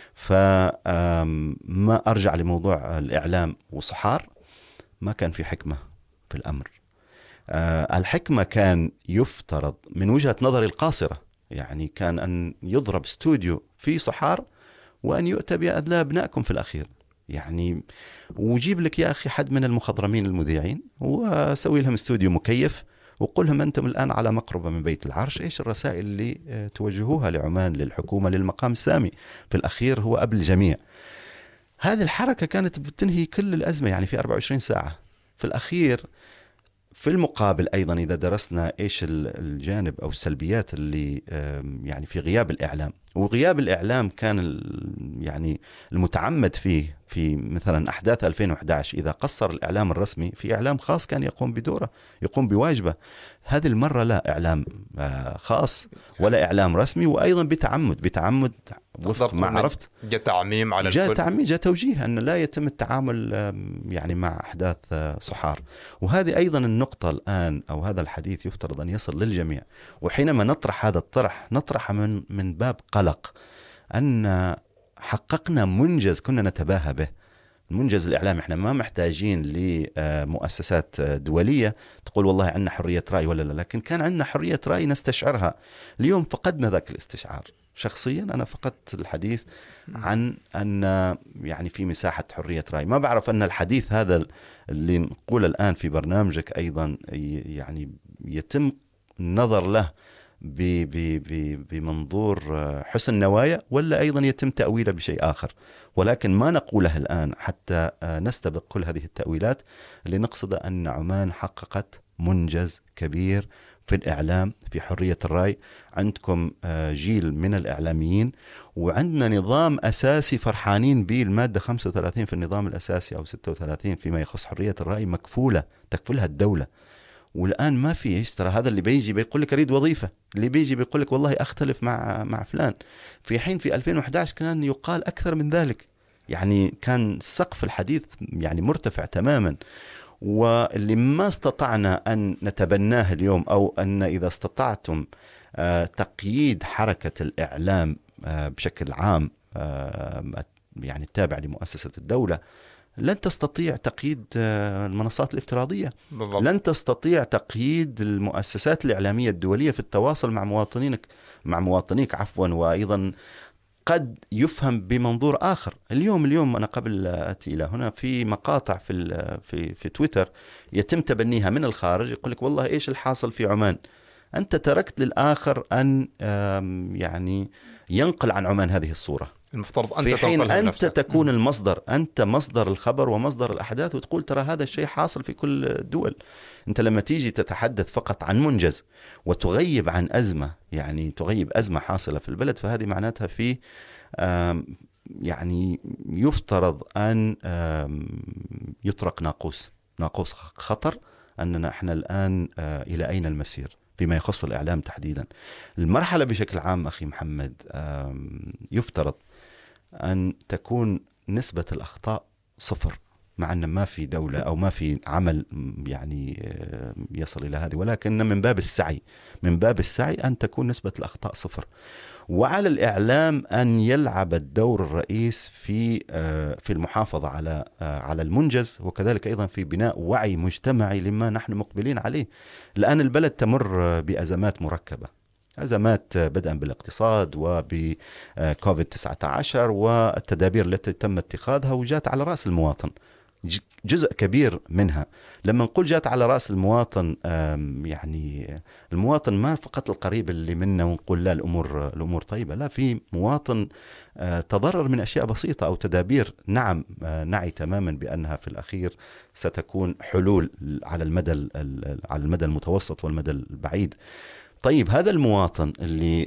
فما أرجع لموضوع الإعلام وصحار، ما كان في حكمة في الأمر. الحكمة كان يفترض من وجهة نظري القاصرة، يعني كان أن يضرب استوديو في صحار وأن يؤتى بأدلاء أبنائكم في الأخير. يعني وجيب لك يا أخي حد من المخضرمين المذيعين وسوي لهم استوديو مكيف وقل لهم أنتم الآن على مقربة من بيت العرش، إيش الرسائل اللي توجهوها لعمان، للحكومة، للمقام السامي في الأخير هو أب الجميع. هذه الحركة كانت بتنهي كل الأزمة يعني في أربعة وعشرين ساعة في الأخير. في المقابل أيضا إذا درسنا إيش الجانب أو السلبيات اللي يعني في غياب الإعلام، وغياب الإعلام كان يعني المتعمد فيه في مثلا أحداث ألفين وإحدى عشر، إذا قصر الإعلام الرسمي في إعلام خاص كان يقوم بدوره، يقوم بواجبه. هذه المرة لا إعلام خاص ولا إعلام رسمي، وأيضا بتعمد بتعمد وفق ما عرفت جاء تعميم على جاء الكل. تعميم جاء توجيه أن لا يتم التعامل يعني مع أحداث صحار. وهذه أيضا النقطة الآن أو هذا الحديث يفترض أن يصل للجميع، وحينما نطرح هذا الطرح نطرح من من باب قلق أن حققنا منجز كنا نتباهى به. المنجز الإعلامي، احنا ما محتاجين لمؤسسات دولية تقول والله عندنا حرية رأي ولا لا، لكن كان عندنا حرية رأي نستشعرها. اليوم فقدنا ذاك الاستشعار. شخصيا أنا فقدت الحديث عن أن يعني في مساحة حرية رأي. ما بعرف أن الحديث هذا اللي نقول الآن في برنامجك أيضا يعني يتم النظر له بمنظور حسن نوايا، ولا أيضا يتم تأويله بشيء آخر. ولكن ما نقوله الآن حتى نستبق كل هذه التأويلات. اللي نقصد أن عمان حققت منجز كبير في الإعلام، في حرية الرأي. عندكم جيل من الإعلاميين، وعندنا نظام أساسي فرحانين به، المادة خمسة وثلاثين في النظام الأساسي أو ستة وثلاثين فيما يخص حرية الرأي مكفولة تكفلها الدولة. والآن ما في إيش، ترى هذا اللي بيجي بيقول لك أريد وظيفة، اللي بيجي بيقول لك والله أختلف مع مع فلان، في حين في ألفين وإحدى عشر كان يقال أكثر من ذلك. يعني كان سقف الحديث يعني مرتفع تماما. واللي ما استطعنا أن نتبناه اليوم، أو أن إذا استطعتم تقييد حركة الإعلام بشكل عام يعني التابع لمؤسسة الدولة، لن تستطيع تقييد المنصات الافتراضية. بالضبط. لن تستطيع تقييد المؤسسات الإعلامية الدولية في التواصل مع مواطنينك مع مواطنيك عفوا. وأيضا قد يفهم بمنظور آخر. اليوم اليوم أنا قبل أتي إلى هنا في مقاطع في في في تويتر يتم تبنيها من الخارج، يقول لك والله إيش الحاصل في عمان. أنت تركت للآخر أن يعني ينقل عن عمان هذه الصورة، المفترض أنت في حين تنقلها أنت بنفسك. تكون المصدر، أنت مصدر الخبر ومصدر الأحداث، وتقول ترى هذا الشيء حاصل في كل الدول. أنت لما تيجي تتحدث فقط عن منجز وتغيب عن أزمة، يعني تغيب أزمة حاصلة في البلد، فهذه معناتها في يعني يفترض أن يطرق ناقوس ناقوس خطر، أننا إحنا الآن إلى أين المسير فيما يخص الإعلام تحديدا. المرحلة بشكل عام أخي محمد يفترض أن تكون نسبة الأخطاء صفر، مع أن ما في دولة أو ما في عمل يعني يصل إلى هذه، ولكن من باب السعي من باب السعي أن تكون نسبة الأخطاء صفر. وعلى الإعلام أن يلعب الدور الرئيس في في المحافظة على على المنجز، وكذلك أيضا في بناء وعي مجتمعي لما نحن مقبلين عليه. الآن البلد تمر بأزمات مركبة، أزمات بدءا بالاقتصاد وبكوفيد تسعة عشر والتدابير التي تم اتخاذها وجات على رأس المواطن. جزء كبير منها لما نقول جات على رأس المواطن، يعني المواطن ما فقط القريب اللي منا ونقول لا الأمور الأمور طيبة، لا، في مواطن تضرر من أشياء بسيطة أو تدابير نعم نعي تماما بأنها في الأخير ستكون حلول على المدى على المدى المتوسط والمدى البعيد. طيب هذا المواطن اللي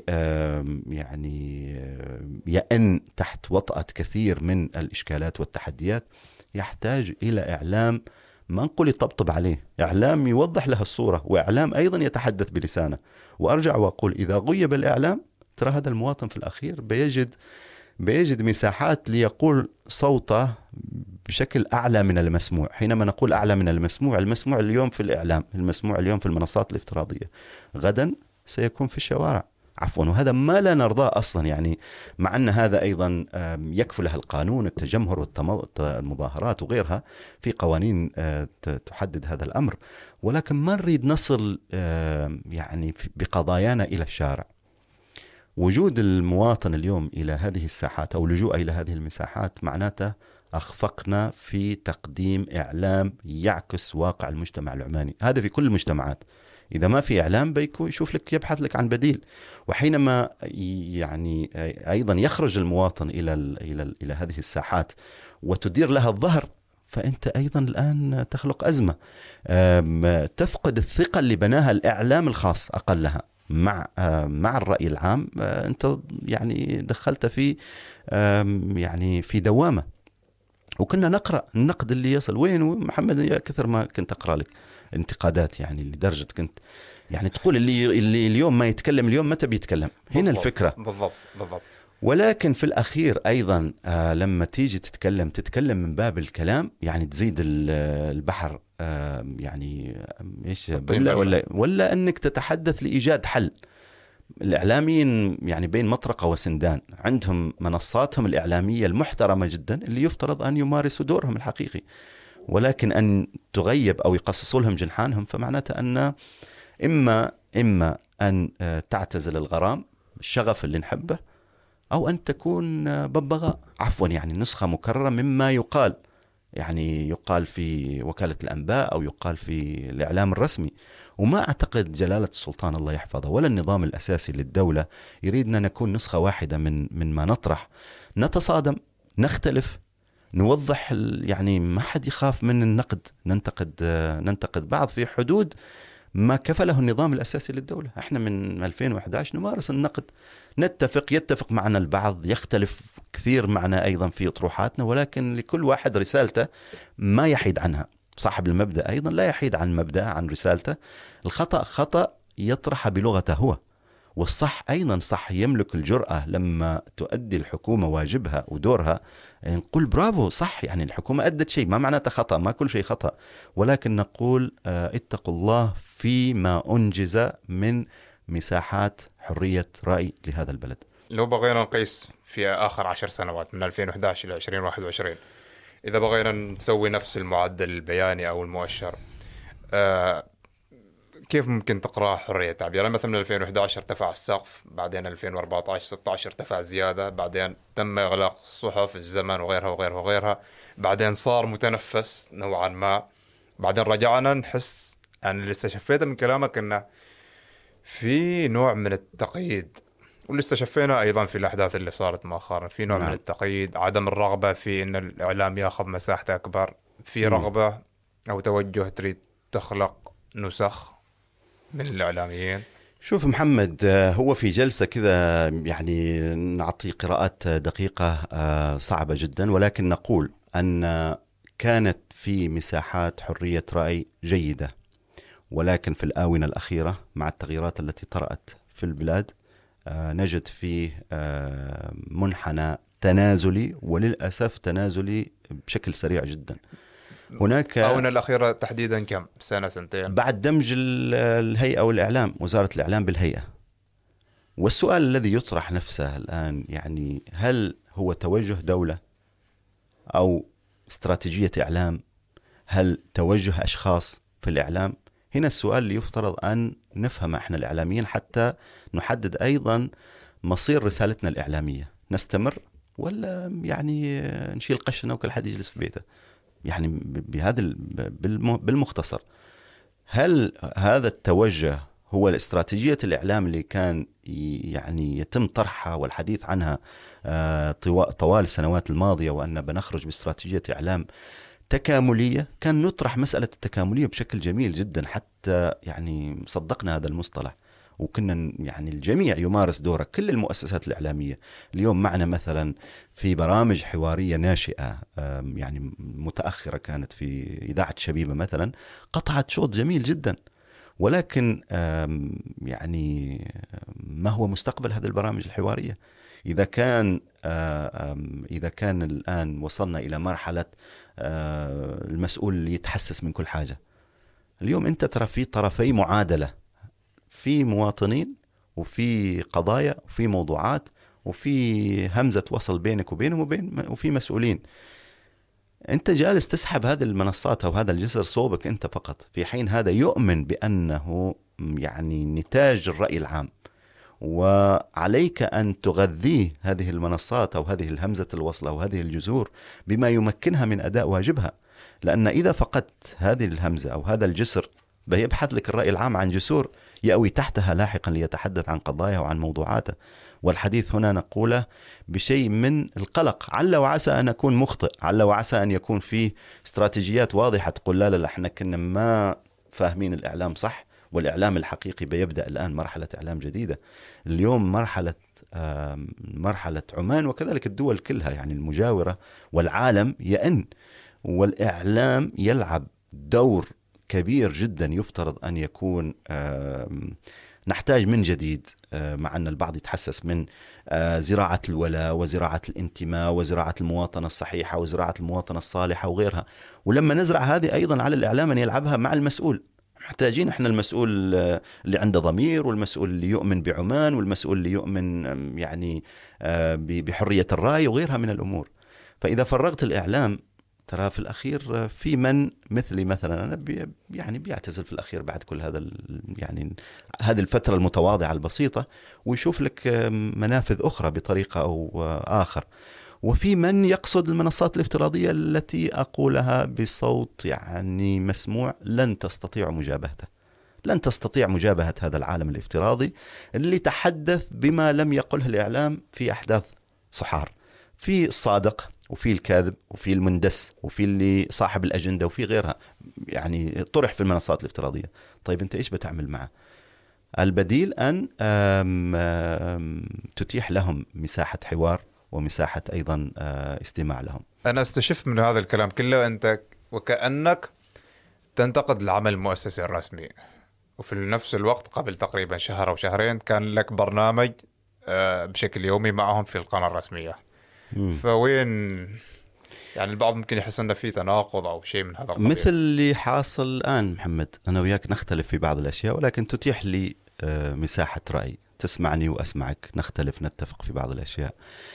يعني يئن تحت وطأة كثير من الإشكالات والتحديات يحتاج إلى إعلام ما نقول يطبطب عليه، إعلام يوضح له الصورة، وإعلام أيضا يتحدث بلسانه. وأرجع وأقول إذا غيب الإعلام ترى هذا المواطن في الأخير بيجد بيجد مساحات ليقول صوته بشكل أعلى من المسموع. حينما نقول أعلى من المسموع، المسموع اليوم في الإعلام، المسموع اليوم في المنصات الافتراضية، غدا سيكون في الشوارع عفوا، وهذا ما لا نرضاه أصلا. يعني مع أن هذا أيضا يكفله القانون، التجمهر والمظاهرات وغيرها، في قوانين تحدد هذا الأمر، ولكن ما نريد نصل يعني بقضايانا إلى الشارع. وجود المواطن اليوم إلى هذه الساحات أو لجوء إلى هذه المساحات معناته أخفقنا في تقديم إعلام يعكس واقع المجتمع العماني. هذا في كل المجتمعات. إذا ما في إعلام بيكو يشوف لك يبحث لك عن بديل. وحينما يعني أيضا يخرج المواطن إلى إلى إلى هذه الساحات وتدير لها الظهر، فأنت أيضا الآن تخلق أزمة، تفقد الثقة اللي بناها الإعلام الخاص أقلها مع مع الرأي العام. أنت يعني دخلت في يعني في دوامة. وكنا نقرأ النقد اللي يصل وين محمد، يا كثر ما كنت أقرأ لك انتقادات، يعني لدرجة كنت يعني تقول اللي اللي اليوم ما يتكلم اليوم متى بيتكلم. هنا الفكرة بالضبط بالضبط. ولكن في الأخير أيضا آه لما تيجي تتكلم تتكلم من باب الكلام، يعني تزيد البحر آه يعني إيش ولا, ولا ولا أنك تتحدث لإيجاد حل. الإعلاميين يعني بين مطرقة وسندان، عندهم منصاتهم الإعلامية المحترمة جدا اللي يفترض أن يمارسوا دورهم الحقيقي، ولكن أن تغيب أو يقصصوا لهم جنحانهم، فمعناته أن إما إما أن تعتزل الغرام الشغف اللي نحبه، أو أن تكون ببغاء عفوا، يعني نسخة مكررة مما يقال، يعني يقال في وكالة الأنباء أو يقال في الإعلام الرسمي. وما أعتقد جلالة السلطان الله يحفظه ولا النظام الأساسي للدولة يريدنا نكون نسخة واحدة من من ما نطرح. نتصادم، نختلف، نوضح، يعني ما حد يخاف من النقد، ننتقد ننتقد بعض في حدود ما كفله النظام الأساسي للدولة. احنا من ألفين وإحدى عشر نمارس النقد، نتفق يتفق معنا البعض، يختلف كثير معنا أيضا في أطروحاتنا، ولكن لكل واحد رسالته ما يحيد عنها. صاحب المبدأ أيضا لا يحيد عن مبدأ عن رسالته. الخطأ خطأ يطرح بلغته هو، والصح أيضا صح. يملك الجرأة لما تؤدي الحكومة واجبها ودورها نقول برافو صح، يعني الحكومة أدت شيء، ما معناته خطأ، ما كل شيء خطأ، ولكن نقول اتقوا الله فيما أنجز من مساحات حرية رأي لهذا البلد. لو بغينا نقيس في آخر عشر سنوات من ألفين وإحدى عشر إلى ألفين وواحد وعشرين، إذا بغينا نسوي نفس المعدل البياني أو المؤشر، آه كيف ممكن تقرأ حرية التعبير؟ يعني مثلا من ألفين وإحدى عشر ارتفع السقف، بعدين ألفين وأربعة عشر ستة عشر ارتفع زيادة، بعدين تم إغلاق صحف الزمن وغيرها وغيرها وغيرها، بعدين صار متنفس نوعا ما، بعدين رجعنا نحس. أنا اللي استشفيته من كلامك أنه في نوع من التقييد، واللي استشفينا أيضا في الأحداث اللي صارت مؤخرا في نوع نعم. من التقييد، عدم الرغبة في أن الإعلام يأخذ مساحة أكبر، في م. رغبة أو توجه تريد تخلق نسخ من الإعلاميين. شوف محمد، هو في جلسة كذا يعني نعطي قراءات دقيقة صعبة جدا، ولكن نقول أن كانت في مساحات حرية رأي جيدة، ولكن في الآونة الأخيرة مع التغييرات التي طرأت في البلاد نجد فيه منحنى تنازلي، وللأسف تنازلي بشكل سريع جدا. هناك الآونة الأخيرة تحديدا كم سنة سنتين بعد دمج الهيئة والإعلام، وزارة الإعلام بالهيئة. والسؤال الذي يطرح نفسه الآن يعني هل هو توجه دولة أو استراتيجية إعلام؟ هل توجه أشخاص في الإعلام؟ هنا السؤال اللي يفترض أن نفهم إحنا الإعلاميين حتى نحدد أيضا مصير رسالتنا الإعلامية، نستمر ولا يعني نشيل قشنا وكل حد يجلس في بيته. يعني بهذا بالمختصر، هل هذا التوجه هو الاستراتيجية الإعلام اللي كان يعني يتم طرحها والحديث عنها طوال السنوات الماضية، وأن بنخرج باستراتيجية إعلام تكاملية؟ كان نطرح مسألة التكاملية بشكل جميل جدا، حتى يعني صدقنا هذا المصطلح، وكنا يعني الجميع يمارس دوره، كل المؤسسات الإعلامية. اليوم معنا مثلا في برامج حوارية ناشئة يعني متأخرة كانت في إذاعة شبيبة مثلا، قطعت شوط جميل جدا، ولكن يعني ما هو مستقبل هذه البرامج الحوارية؟ إذا كان إذا كان الآن وصلنا إلى مرحلة المسؤول اللي يتحسس من كل حاجة. اليوم أنت ترى في طرفي معادلة، في مواطنين وفي قضايا وفي موضوعات وفي همزة وصل بينك وبينهم وبين وفي مسؤولين. أنت جالس تسحب هذه المنصات أو هذا الجسر صوبك أنت فقط، في حين هذا يؤمن بأنه يعني نتاج الرأي العام، وعليك أن تغذيه هذه المنصات أو هذه الهمزة الوصل أو هذه الجذور بما يمكنها من أداء واجبها. لأن إذا فقدت هذه الهمزة أو هذا الجسر بيبحث لك الرأي العام عن جسور يأوي تحتها لاحقا ليتحدث عن قضايا وعن موضوعاته. والحديث هنا نقوله بشيء من القلق، عل وعسى أن أكون مخطئ، عل وعسى أن يكون فيه استراتيجيات واضحة تقول لا لا احنا كنا ما فاهمين الإعلام صح، والإعلام الحقيقي بيبدأ الآن مرحلة إعلام جديدة. اليوم مرحلة مرحلة عمان وكذلك الدول كلها يعني المجاورة والعالم يئن، والإعلام يلعب دور كبير جدا يفترض أن يكون نحتاج من جديد، مع أن البعض يتحسس من زراعة الولاء وزراعة الانتماء وزراعة المواطنة الصحيحة وزراعة المواطنة الصالحة وغيرها. ولما نزرع هذه أيضا على الإعلام أن يلعبها مع المسؤول. محتاجين احنا المسؤول اللي عنده ضمير، والمسؤول اللي يؤمن بعمان، والمسؤول اللي يؤمن يعني بحرية الرأي وغيرها من الأمور. فإذا فرغت الإعلام ترى في الأخير في من مثلي مثلا أنا بي يعني بيعتزل في الأخير بعد كل هذا يعني هذه الفترة المتواضعة البسيطة، ويشوف لك منافذ أخرى بطريقة أو آخر. وفي من يقصد المنصات الافتراضية التي أقولها بصوت يعني مسموع، لن تستطيع مجابهته، لن تستطيع مجابهة هذا العالم الافتراضي اللي تحدث بما لم يقله الإعلام في أحداث صحار، في الصادق وفي الكاذب وفي المندس وفي اللي صاحب الأجندة وفي غيرها يعني طرح في المنصات الافتراضية. طيب أنت إيش بتعمل معه؟ البديل أن آم آم تتيح لهم مساحة حوار ومساحة أيضا استماع لهم. أنا استشف من هذا الكلام كله أنت وكأنك تنتقد العمل المؤسسي الرسمي، وفي نفس الوقت قبل تقريبا شهر أو شهرين كان لك برنامج بشكل يومي معهم في القناة الرسمية. مم. فوين يعني البعض ممكن يحس أنه في تناقض أو شيء من هذا القبيل. مثل اللي حاصل الآن محمد، أنا وياك نختلف في بعض الأشياء، ولكن تتيح لي مساحة رأي، تسمعني وأسمعك، نختلف نتفق في بعض الأشياء.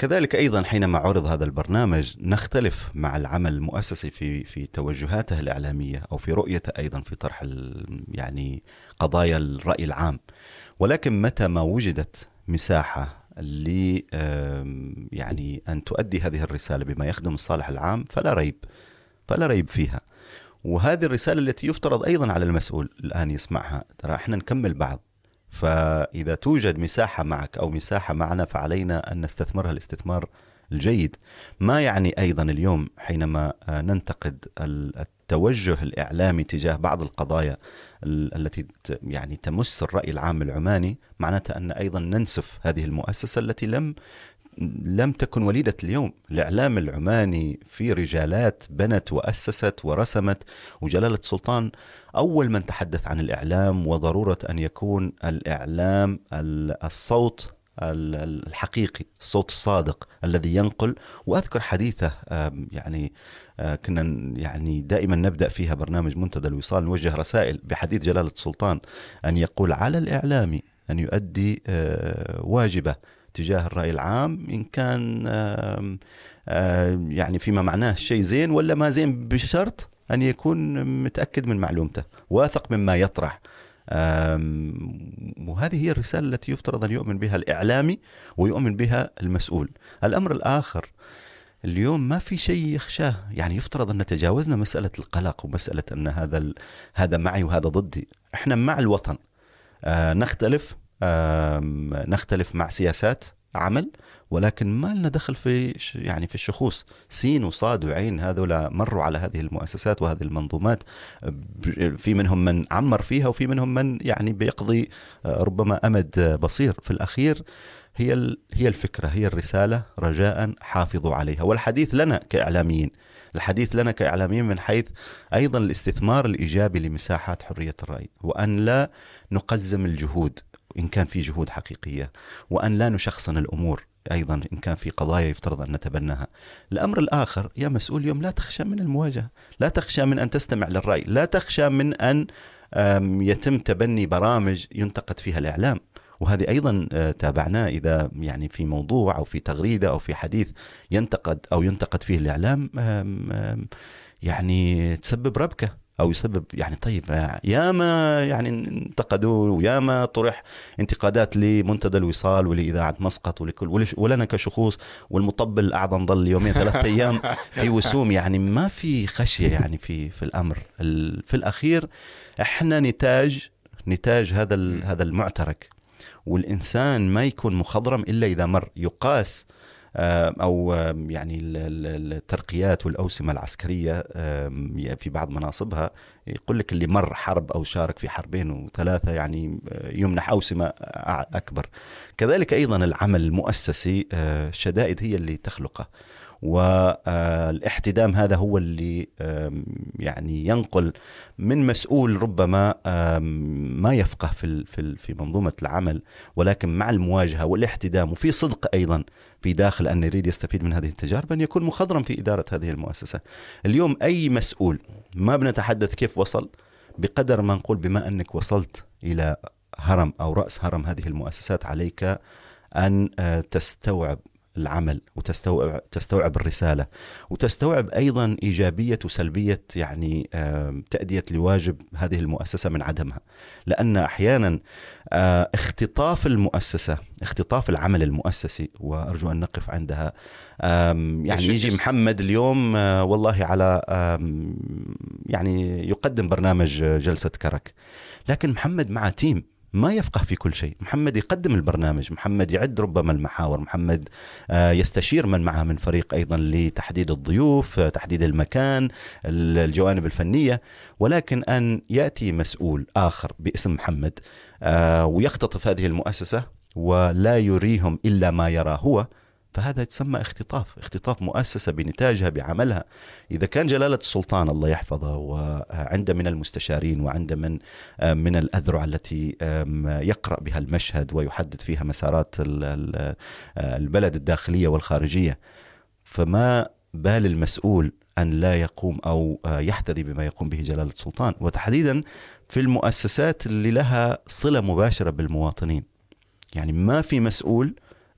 كذلك أيضا حينما عرض هذا البرنامج نختلف مع العمل المؤسسي في في توجهاته الإعلامية أو في رؤيته أيضا في طرح يعني قضايا الرأي العام، ولكن متى ما وجدت مساحة ل يعني أن تؤدي هذه الرسالة بما يخدم الصالح العام فلا ريب فلا ريب فيها. وهذه الرسالة التي يفترض أيضا على المسؤول الآن يسمعها، ترى احنا نكمل بعض، فإذا توجد مساحة معك أو مساحة معنا فعلينا أن نستثمرها الاستثمار الجيد. ما يعني أيضا اليوم حينما ننتقد التوجه الإعلامي تجاه بعض القضايا التي يعني تمس الرأي العام العماني، معناتها أن أيضا ننسف هذه المؤسسة التي لم لم تكن وليدة اليوم. الإعلام العماني في رجالات بنت وأسست ورسمت، وجلالة السلطان أول من تحدث عن الإعلام وضرورة أن يكون الإعلام الصوت الحقيقي، الصوت الصادق الذي ينقل. وأذكر حديثه يعني كنا يعني دائما نبدأ فيها برنامج منتدى الوصال نوجه رسائل بحديث جلالة السلطان أن يقول على الإعلامي أن يؤدي واجبه تجاه الرأي العام، إن كان يعني فيما معناه شيء زين ولا ما زين، بشرط أن يكون متأكد من معلومته، واثق مما يطرح. وهذه هي الرسالة التي يفترض أن يؤمن بها الإعلامي ويؤمن بها المسؤول. الأمر الآخر، اليوم ما في شيء يخشاه، يعني يفترض أن تجاوزنا مسألة القلق ومسألة أن هذا هذا معي وهذا ضدي. إحنا مع الوطن، نختلف نختلف مع سياسات عمل، ولكن ما لنا دخل في يعني في الشخوص. سين وصاد وعين هذولا مروا على هذه المؤسسات وهذه المنظومات، في منهم من عمر فيها وفي منهم من يعني بيقضي ربما أمد بصير. في الأخير هي هي الفكرة، هي الرسالة، رجاء حافظوا عليها. والحديث لنا كإعلاميين، الحديث لنا كإعلاميين من حيث أيضا الاستثمار الإيجابي لمساحات حرية الرأي، وأن لا نقزم الجهود إن كان في جهود حقيقية، وأن لا نشخصن الأمور أيضا إن كان في قضايا يفترض أن نتبناها. الأمر الآخر يا مسؤول اليوم، لا تخشى من المواجهة، لا تخشى من أن تستمع للرأي، لا تخشى من أن يتم تبني برامج ينتقد فيها الإعلام. وهذه أيضا تابعناه، إذا يعني في موضوع أو في تغريدة أو في حديث ينتقد أو ينتقد فيه الإعلام يعني تسبب ربكة أو يسبب يعني طيب يا ما يعني انتقدوا ويا ما طرح انتقادات لمنتدى الوصال ولإذاعة مسقط ولكل ولنا كشخوص، والمطبل الأعظم ظل يومين ثلاثة أيام في وسوم. يعني ما في خشية يعني في في الأمر. في الأخير إحنا نتاج نتاج هذا هذا المعترك، والإنسان ما يكون مخضرم إلا إذا مر. يقاس أو يعني الترقيات والأوسمة العسكرية في بعض مناصبها يقول لك اللي مر حرب أو شارك في حربين وثلاثة يعني يمنح أوسمة أكبر. كذلك أيضا العمل المؤسسي، الشدائد هي اللي تخلقه، والاحتدام هذا هو اللي يعني ينقل من مسؤول ربما ما يفقه في في منظومة العمل، ولكن مع المواجهة والاحتدام وفي صدق أيضا في داخل أن يريد يستفيد من هذه التجارب، أن يكون مخضرم في إدارة هذه المؤسسة. اليوم أي مسؤول، ما بنتحدث كيف وصل، بقدر ما نقول بما أنك وصلت إلى هرم أو رأس هرم هذه المؤسسات، عليك أن تستوعب العمل وتستوعب تستوعب الرسالة، وتستوعب أيضا إيجابية وسلبية يعني تأدية لواجب هذه المؤسسة من عدمها. لأن أحيانا اختطاف المؤسسة، اختطاف العمل المؤسسي، وأرجو أن نقف عندها. يعني يجي محمد اليوم والله على يعني يقدم برنامج جلسة كرك، لكن محمد مع تيم ما يفقه في كل شيء. محمد يقدم البرنامج، محمد يعد ربما المحاور، محمد يستشير من معه من فريق أيضا لتحديد الضيوف، تحديد المكان، الجوانب الفنية. ولكن أن يأتي مسؤول آخر باسم محمد ويختطف هذه المؤسسة ولا يريهم إلا ما يرى هو، فهذا يتسمى اختطاف، اختطاف مؤسسة بنتاجها بعملها. إذا كان جلالة السلطان الله يحفظه وعند من المستشارين وعند من من الأذرع التي يقرأ بها المشهد ويحدد فيها مسارات البلد الداخلية والخارجية، فما بال المسؤول أن لا يقوم أو يحتذي بما يقوم به جلالة السلطان، وتحديدا في المؤسسات اللي لها صلة مباشرة بالمواطنين. يعني ما في مسؤول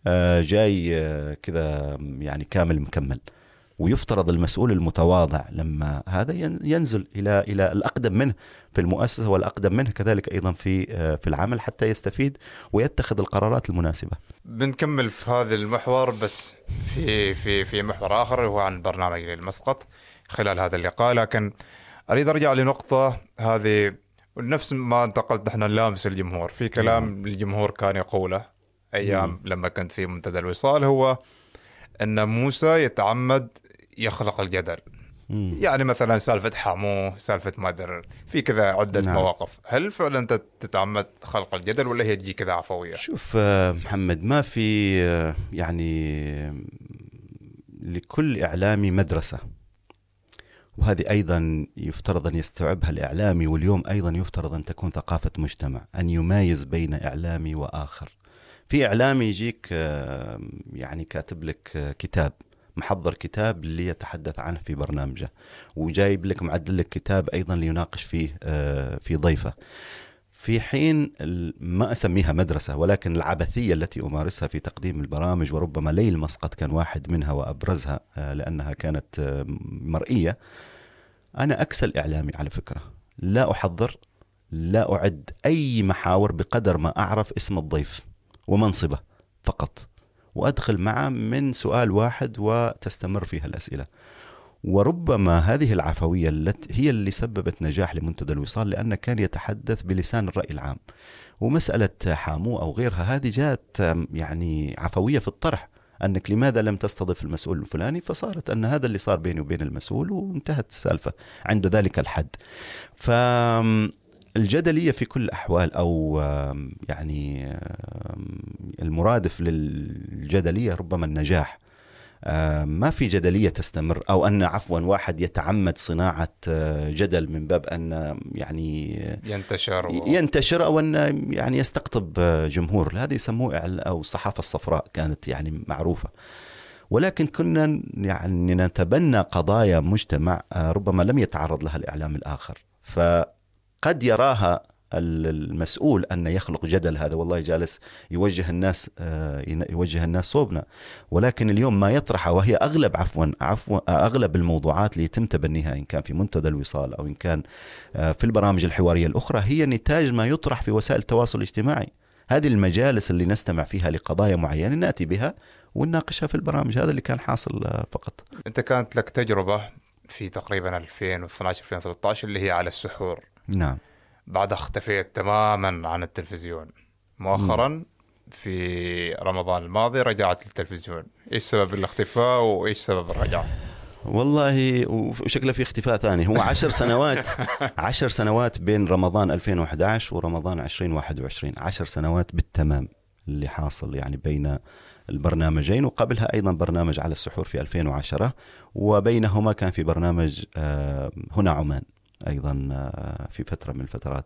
جاي كذا يعني كامل مكمل، ويفترض المسؤول المتواضع لما هذا ينزل إلى إلى الأقدم منه في المؤسسة والأقدم منه كذلك أيضا في في العمل حتى يستفيد ويتخذ القرارات المناسبة. بنكمل في هذا المحور، بس في في في محور آخر هو عن برنامج للمسقط خلال هذا اللقاء. لكن أريد أرجع لنقطة هذه، ونفس ما انتقلت نحن نلامس الجمهور في كلام الجمهور كان يقوله أيام م. لما كنت في منتدى الوصال، هو أن موسى يتعمد يخلق الجدل. مم. يعني مثلا سالفة حامو، سالفة مادر، في كذا عدة نعم. مواقف. هل فعلا أنت تتعمد خلق الجدل ولا هي تجي كذا عفوية؟ شوف محمد، ما في يعني لكل إعلامي مدرسة، وهذه أيضا يفترض أن يستوعبها الإعلامي، واليوم أيضا يفترض أن تكون ثقافة مجتمع أن يميز بين إعلامي وآخر. في إعلامي يجيك يعني كاتب لك كتاب، محضر كتاب اللي يتحدث عنه في برنامجه، وجايب لك معدل لك كتاب أيضا ليناقش فيه في ضيفه، في حين ما أسميها مدرسة، ولكن العبثية التي أمارسها في تقديم البرامج، وربما ليل مسقط كان واحد منها وأبرزها لأنها كانت مرئية. أنا أكسل إعلامي على فكرة، لا أحضر، لا أعد أي محاور بقدر ما أعرف اسم الضيف ومنصبه فقط، وأدخل معه من سؤال واحد وتستمر فيها الأسئلة. وربما هذه العفوية التي هي اللي سببت نجاح لمنتدى الوصال، لأنه كان يتحدث بلسان الرأي العام. ومسألة حامو أو غيرها هذه جاءت يعني عفوية في الطرح، أنك لماذا لم تستضيف المسؤول الفلاني، فصارت أن هذا اللي صار بيني وبين المسؤول وانتهت السالفة عند ذلك الحد. فالجدلية في كل الأحوال، أو يعني المرادف للجدلية ربما النجاح. ما في جدلية تستمر، أو أن عفوا واحد يتعمد صناعة جدل من باب أن يعني ينتشر و... ينتشر أو أن يعني يستقطب جمهور. هذه يسموه أو الصحافة الصفراء، كانت يعني معروفة. ولكن كنا يعني نتبنى قضايا مجتمع ربما لم يتعرض لها الإعلام الآخر، فقد يراها المسؤول أن يخلق جدل، هذا والله جالس يوجه الناس يوجه الناس صوبنا. ولكن اليوم ما يطرحه، وهي أغلب عفوا عفوا أغلب الموضوعات اللي يتم تبنيها إن كان في منتدى الوصال أو إن كان في البرامج الحوارية الأخرى، هي نتاج ما يطرح في وسائل التواصل الاجتماعي. هذه المجالس اللي نستمع فيها لقضايا معينة نأتي بها ونناقشها في البرامج. هذا اللي كان حاصل فقط. أنت كانت لك تجربة في تقريبا ألفين واثناشر ألفين وثلاثة عشر اللي هي على السحور. نعم. بعد اختفيت تماما عن التلفزيون. مؤخرا م. في رمضان الماضي رجعت للتلفزيون. ايش سبب الاختفاء وايش سبب الرجعة؟ والله وشكله في اختفاء ثاني. هو عشر سنوات عشر سنوات بين رمضان ألفين وأحد عشر ورمضان عشرين واحد وعشرين، عشر سنوات بالتمام اللي حاصل يعني بين البرنامجين. وقبلها أيضا برنامج على السحور في ألفين وعشرة، وبينهما كان في برنامج هنا عمان أيضا في فترة من الفترات.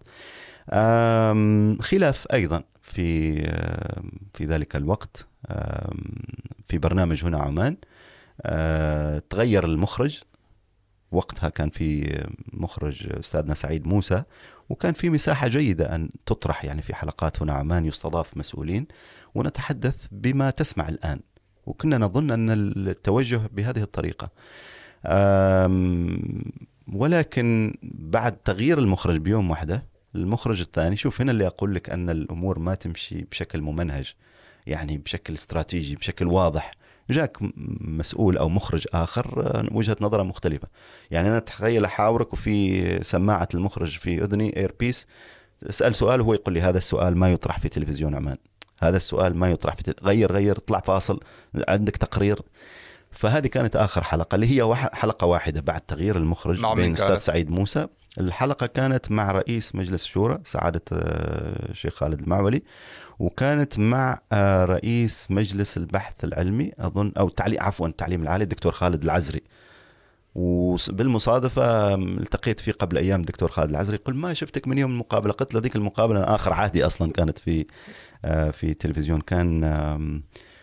خلاف أيضا في في ذلك الوقت في برنامج هنا عمان تغير المخرج. وقتها كان في مخرج أستاذنا سعيد موسى، وكان في مساحة جيدة أن تطرح يعني في حلقات هنا عمان يستضاف مسؤولين ونتحدث بما تسمع الآن. وكنا نظن أن التوجه بهذه الطريقة، ولكن بعد تغيير المخرج بيوم واحدة المخرج الثاني، شوف هنا اللي أقول لك أن الأمور ما تمشي بشكل ممنهج، يعني بشكل استراتيجي بشكل واضح. جاك مسؤول أو مخرج آخر وجهة نظرة مختلفة. يعني أنا تخيل أحاورك وفي سماعة المخرج في أذني إيربيس، أسأل سؤال وهو يقول لي هذا السؤال ما يطرح في تلفزيون عمان، هذا السؤال ما يطرح في تل... غير غير طلع فاصل، عندك تقرير. فهذه كانت آخر حلقة اللي هي حلقة واحدة بعد تغيير المخرج بين أستاذ سعيد موسى. الحلقة كانت مع رئيس مجلس الشورى سعادة الشيخ خالد المعولي، وكانت مع رئيس مجلس البحث العلمي أظن أو التعليم عفوا التعليم العالي الدكتور خالد العزري. وبالمصادفة التقيت فيه قبل أيام الدكتور خالد العزري، قل ما شفتك من يوم المقابلة. قلت له ذيك المقابلة آخر عهدي أصلا كانت في في تلفزيون، كان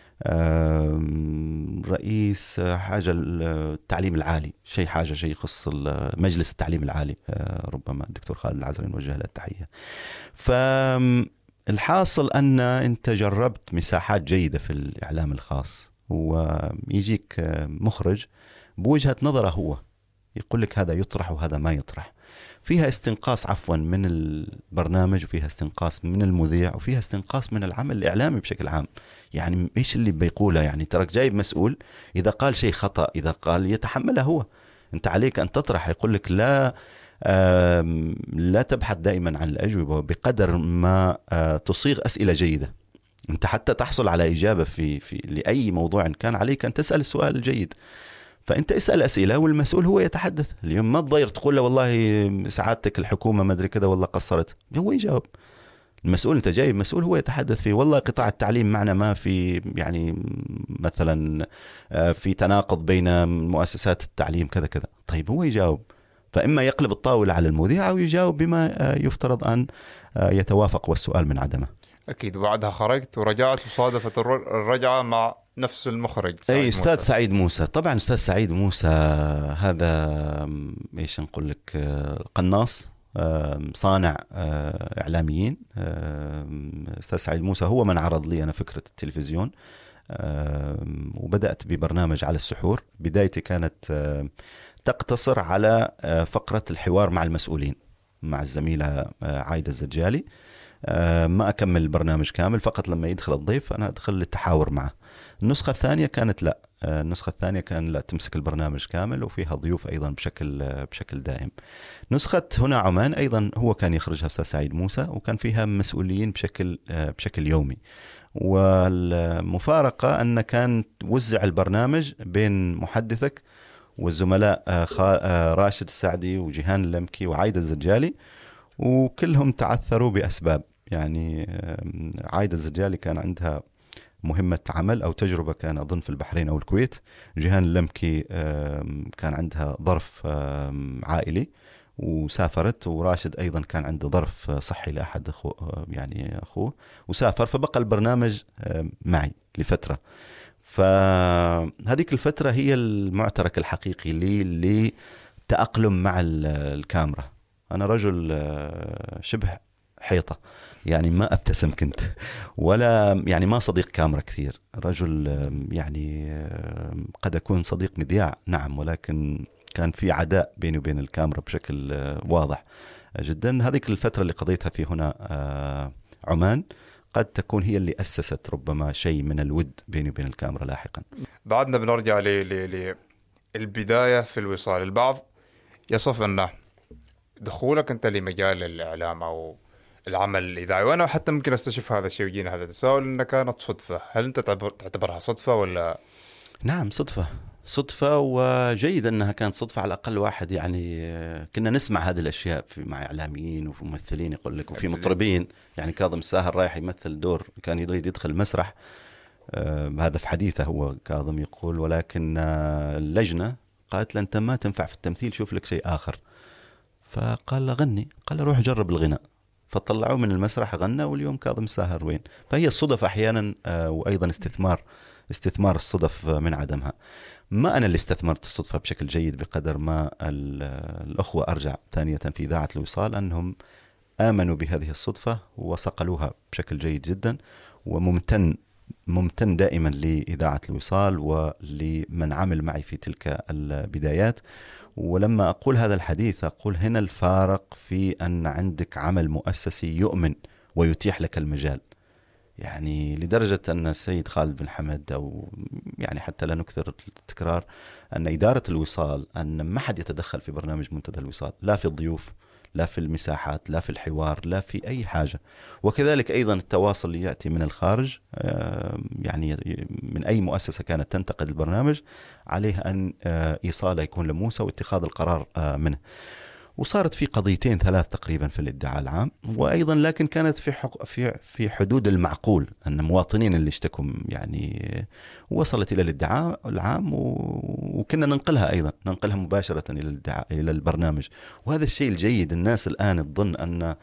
رئيس حاجة التعليم العالي، شيء حاجة شيء يخص مجلس التعليم العالي، ربما الدكتور خالد العزري نوجه له التحية. الحاصل أن أنت جربت مساحات جيدة في الإعلام الخاص، ويجيك مخرج بوجهة نظره هو يقول لك هذا يطرح وهذا ما يطرح، فيها استنقاص عفوا من البرنامج، وفيها استنقاص من المذيع، وفيها استنقاص من العمل الإعلامي بشكل عام. يعني إيش اللي بيقوله؟ يعني ترك جايب مسؤول، إذا قال شيء خطأ، إذا قال يتحمله هو. أنت عليك أن تطرح. يقول لك لا لا تبحث دائما عن الأجوبة بقدر ما تصيغ أسئلة جيدة. أنت حتى تحصل على إجابة في, في لأي موضوع كان، عليك أن تسأل السؤال الجيد. فأنت اسأل أسئلة والمسؤول هو يتحدث. اليوم ما تضير تقول له والله سعادتك الحكومة ما أدري كذا والله قصرت، هو يجاوب. المسؤول أنت جايب مسؤول هو يتحدث فيه، والله قطاع التعليم معنا ما في يعني مثلا في تناقض بين مؤسسات التعليم كذا كذا، طيب هو يجاوب. فإما يقلب الطاولة على المذيع أو يجاوب بما يفترض أن يتوافق والسؤال من عدمه. أكيد. وبعدها خرجت ورجعت وصادفت الرجعة مع نفس المخرج أي أستاذ موسى. سعيد موسى. طبعا أستاذ سعيد موسى هذا إيش نقول لك، قناص، صانع إعلاميين. أستاذ سعيد موسى هو من عرض لي أنا فكرة التلفزيون، وبدأت ببرنامج على السحور. بدايتي كانت تقتصر على فقرة الحوار مع المسؤولين مع الزميلة عايدة الزجالي. ما أكمل البرنامج كامل، فقط لما يدخل الضيف أنا أدخل للتحاور معه. النسخة الثانية كانت لا، النسخة الثانية كان لا، تمسك البرنامج كامل وفيها ضيوف أيضا بشكل بشكل دائم. نسخة هنا عمان أيضا هو كان يخرجها أستاذ سعيد موسى، وكان فيها مسؤولين بشكل بشكل يومي. والمفارقة أن كان وزع البرنامج بين محدثك والزملاء راشد السعدي وجيهان اللمكي وعايدة الزجالي، وكلهم تعثروا بأسباب. يعني عايدة الزجالي كان عندها مهمة عمل أو تجربة، كان أظن في البحرين أو الكويت. جيهان اللمكي كان عندها ظرف عائلي وسافرت، وراشد أيضا كان عنده ظرف صحي لأحد أخوه يعني أخوه وسافر، فبقى البرنامج معي لفترة. فهذيك الفترة هي المعترك الحقيقي لي لتأقلم مع الكاميرا. أنا رجل شبه حيطة، يعني ما أبتسم كنت، ولا يعني ما صديق كاميرا كثير. رجل يعني قد أكون صديق مذياع نعم، ولكن كان في عداء بيني وبين الكاميرا بشكل واضح جدا. هذيك الفترة اللي قضيتها في هنا عمان قد تكون هي اللي أسست ربما شيء من الود بيني وبين الكاميرا لاحقا. بعدنا بنرجع للبداية في الوصال. البعض يصف أن دخولك أنت لمجال الإعلام أو العمل الإذاعي، وأنا حتى ممكن أستشف هذا الشيء ويجينا هذا التساؤل، أنها كانت صدفة. هل أنت تعتبرها صدفة ولا؟ نعم صدفة، صدفة، وجيد أنها كانت صدفة. على الأقل واحد يعني كنا نسمع هذه الأشياء في مع إعلاميين وفي ممثلين يقول لك، وفي مطربين. يعني كاظم الساهر رايح يمثل دور، كان يريد يدخل المسرح، آه هذا في حديثه هو كاظم يقول، ولكن آه اللجنة قالت له أنت ما تنفع في التمثيل، شوف لك شيء آخر. فقال له غني، قال له روح جرب الغناء. فطلعوه من المسرح غنى، واليوم كاظم الساهر وين. فهي الصدف أحيانا، آه وأيضا استثمار استثمار الصدف من عدمها. ما أنا اللي استثمرت الصدفة بشكل جيد بقدر ما الأخوة أرجع ثانية في إذاعة الوصال أنهم آمنوا بهذه الصدفة وصقلوها بشكل جيد جدا. وممتن ممتن دائما لإذاعة الوصال ولمن عمل معي في تلك البدايات. ولما أقول هذا الحديث أقول هنا الفارق في أن عندك عمل مؤسسي يؤمن ويتيح لك المجال. يعني لدرجة أن السيد خالد بن حمد، أو يعني حتى لا نكثر التكرار، أن إدارة الوصال أن ما حد يتدخل في برنامج منتدى الوصال، لا في الضيوف، لا في المساحات، لا في الحوار، لا في أي حاجة. وكذلك أيضا التواصل اللي يأتي من الخارج، يعني من أي مؤسسة كانت تنتقد البرنامج عليه أن إيصاله يكون لموسى واتخاذ القرار منه. وصارت في قضيتين ثلاث تقريبا في الادعاء العام، وايضا لكن كانت في حق في في حدود المعقول، ان مواطنين اللي اشتكوا يعني وصلت الى الادعاء العام، وكنا ننقلها ايضا ننقلها مباشره الى الادعاء الى البرنامج. وهذا الشيء الجيد. الناس الان تظن ان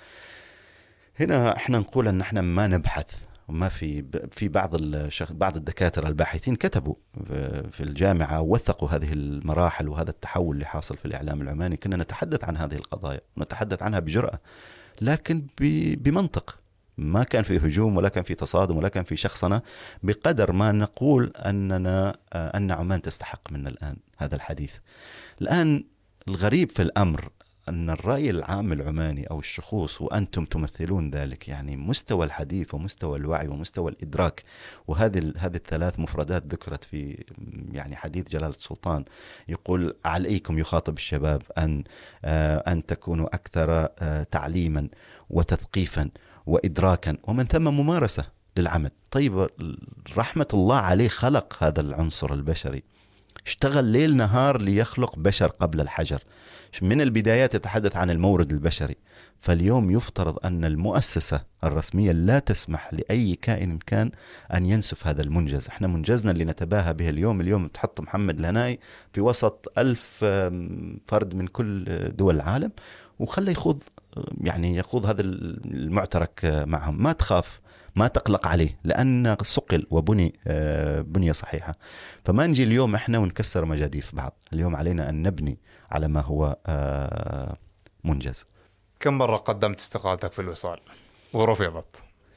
هنا احنا نقول ان احنا ما نبحث، وما في في بعض الشخ... بعض الدكاتره الباحثين كتبوا في الجامعه ووثقوا هذه المراحل وهذا التحول اللي حاصل في الاعلام العماني. كنا نتحدث عن هذه القضايا ونتحدث عنها بجرأة، لكن ب... بمنطق، ما كان في هجوم ولا كان في تصادم ولا كان في شخصنة، بقدر ما نقول أننا أن عمان تستحق منا الآن هذا الحديث. الآن الغريب في الأمر أن الرأي العام العماني أو الشخوص، وأنتم تمثلون ذلك، يعني مستوى الحديث ومستوى الوعي ومستوى الإدراك، وهذه هذه الثلاث مفردات ذكرت في يعني حديث جلالة السلطان، يقول عليكم، يخاطب الشباب، أن أن تكونوا أكثر تعليما وتثقيفا وإدراكا ومن ثم ممارسة للعمل. طيب رحمة الله عليه خلق هذا العنصر البشري، اشتغل ليل نهار ليخلق بشر قبل الحجر، من البدايات يتحدث عن المورد البشري. فاليوم يفترض أن المؤسسة الرسمية لا تسمح لأي كائن كان أن ينسف هذا المنجز. احنا منجزنا اللي نتباهى به اليوم، اليوم تحط محمد الهنائي في وسط ألف فرد من كل دول العالم وخلى يخوض يعني يخوض هذا المعترك معهم، ما تخاف ما تقلق عليه لأن صقل وبني بنية صحيحة. فما نجي اليوم احنا ونكسر مجاديف بعض، اليوم علينا أن نبني على ما هو منجز. كم مرة قدمت استقالتك في الوصال ورفضت؟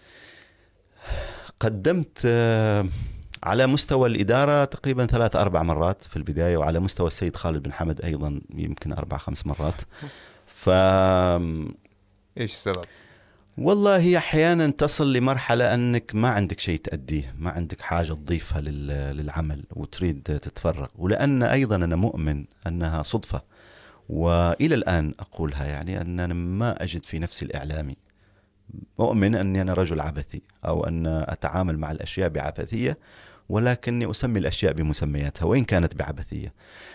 قدمت على مستوى الإدارة تقريبا ثلاث أربع مرات في البداية، وعلى مستوى السيد خالد بن حمد أيضا يمكن أربع خمس مرات. ف إيش السبب؟ والله هي أحيانا تصل لمرحلة أنك ما عندك شيء تأديه، ما عندك حاجة تضيفها للعمل وتريد تتفرغ، ولأن أيضا أنا مؤمن أنها صدفة، وإلى الآن أقولها، يعني أن أنا ما أجد في نفسي الإعلامي، مؤمن أني أنا رجل عبثي أو أن أتعامل مع الأشياء بعبثية، ولكني أسمي الأشياء بمسمياتها وإن كانت بعبثية.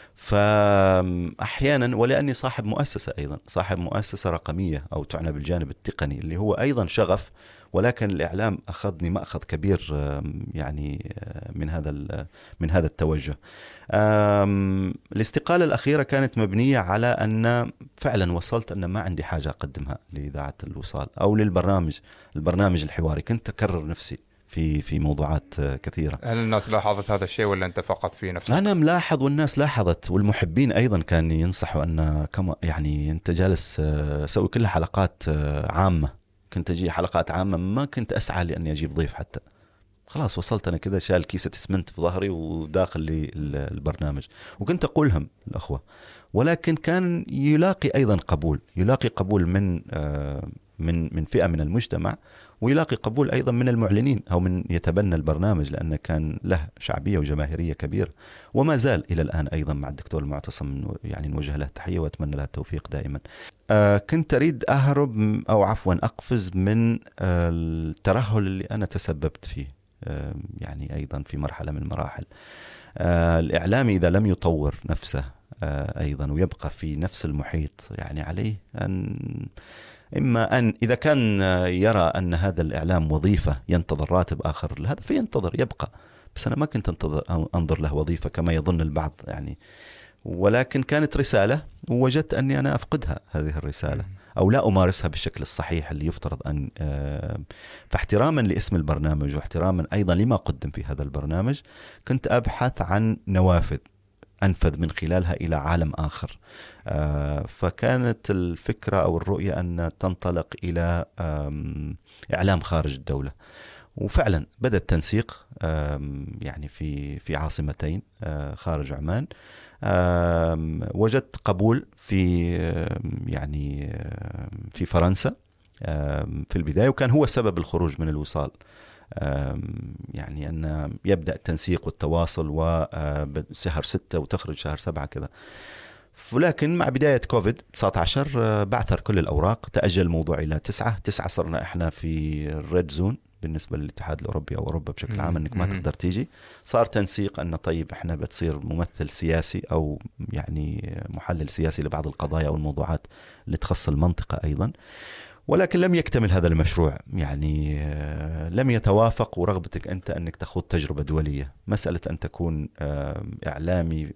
فأحيانا ولأني صاحب مؤسسة أيضا، صاحب مؤسسة رقمية أو تعنى بالجانب التقني اللي هو أيضا شغف، ولكن الإعلام أخذني مأخذ كبير يعني من هذا من هذا التوجه. الاستقالة الأخيرة كانت مبنية على أن فعلا وصلت أن ما عندي حاجة أقدمها لإذاعة الوصال أو للبرنامج البرنامج الحواري. كنت أكرر نفسي في في موضوعات كثيرة. هل الناس لاحظت هذا الشيء ولا أنت فقط في نفسك؟ أنا ملاحظ والناس لاحظت، والمحبين أيضا كانوا ينصحوا أن كما يعني أنت جالس سوي كل حلقات عامة، كنت أجي حلقات عامة، ما كنت أسعى لأني أجيب ضيف حتى. خلاص وصلت أنا كذا شال كيسة اسمنت في ظهري وداخل لي البرنامج، وكنت أقولهم الأخوة، ولكن كان يلاقي أيضا قبول، يلاقي قبول من من من فئة من المجتمع، ويلاقي قبول أيضا من المعلنين أو من يتبنى البرنامج، لأنه كان له شعبية وجماهيرية كبيرة، وما زال إلى الآن أيضا مع الدكتور المعتصم، يعني نوجه له تحية وأتمنى له التوفيق دائما. آه كنت أريد أهرب أو عفوا أقفز من آه الترهل اللي أنا تسببت فيه، آه يعني أيضا في مرحلة من المراحل. آه الإعلامي إذا لم يطور نفسه آه أيضا ويبقى في نفس المحيط، يعني عليه أن إما أن إذا كان يرى أن هذا الإعلام وظيفة ينتظر راتب آخر لهذا فينتظر يبقى، بس أنا ما كنت أنتظر أنظر له وظيفة كما يظن البعض يعني، ولكن كانت رسالة ووجدت أني أنا أفقدها هذه الرسالة أو لا أمارسها بالشكل الصحيح اللي يفترض أن. فاحتراما لاسم البرنامج واحتراما أيضا لما قدم في هذا البرنامج، كنت أبحث عن نوافذ أنفذ من خلالها إلى عالم آخر. فكانت الفكرة أو الرؤية أن تنطلق إلى إعلام خارج الدولة، وفعلا بدأ التنسيق يعني في في عاصمتين خارج عمان. وجدت قبول في يعني في فرنسا في البداية، وكان هو سبب الخروج من الوصال، يعني أن يبدأ التنسيق والتواصل وشهر ستة وتخرج شهر سبعة كذا. ولكن مع بداية كوفيد تسعة عشر بعثر كل الأوراق، تأجل الموضوع إلى تسعة تسعة صرنا إحنا في الريد زون بالنسبة للاتحاد الأوروبي أو أوروبا بشكل عام، أنك ما تقدر تيجي. صار تنسيق أن طيب إحنا بتصير ممثل سياسي أو يعني محلل سياسي لبعض القضايا أو الموضوعات اللي تخص المنطقة أيضا، ولكن لم يكتمل هذا المشروع، يعني لم يتوافق ورغبتك أنت أنك تخوض تجربة دولية. مسألة أن تكون إعلامي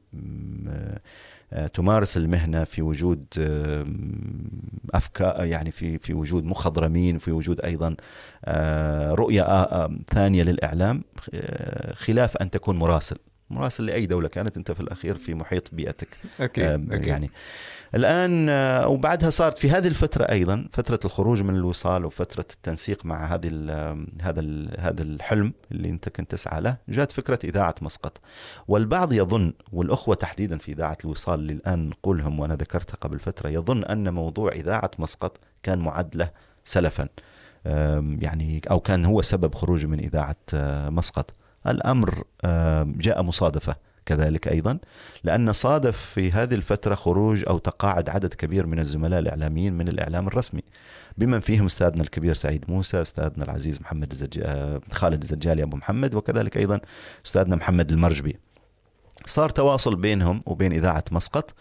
تمارس المهنة في وجود أفكار، يعني في في وجود مخضرمين، في وجود أيضا رؤية ثانية للإعلام، خلاف أن تكون مراسل مراسل لأي دولة كانت، أنت في الأخير في محيط بيئتك. أكيد. أكيد. يعني الآن وبعدها صارت في هذه الفترة أيضا فترة الخروج من الوصال وفترة التنسيق مع هذه ال هذا ال هذا الحلم اللي أنت كنت تسعى له، جاءت فكرة إذاعة مسقط. والبعض يظن، والأخوة تحديدا في إذاعة الوصال اللي الآن نقولهم وأنا ذكرتها قبل فترة، يظن أن موضوع إذاعة مسقط كان معد له سلفا، يعني أو كان هو سبب خروج من إذاعة مسقط. الأمر جاء مصادفة كذلك أيضا، لأن صادف في هذه الفترة خروج أو تقاعد عدد كبير من الزملاء الإعلاميين من الإعلام الرسمي، بمن فيهم أستاذنا الكبير سعيد موسى، أستاذنا العزيز محمد الزج... خالد الزجالي أبو محمد، وكذلك أيضا أستاذنا محمد المرجبي. صار تواصل بينهم وبين إذاعة مسقط،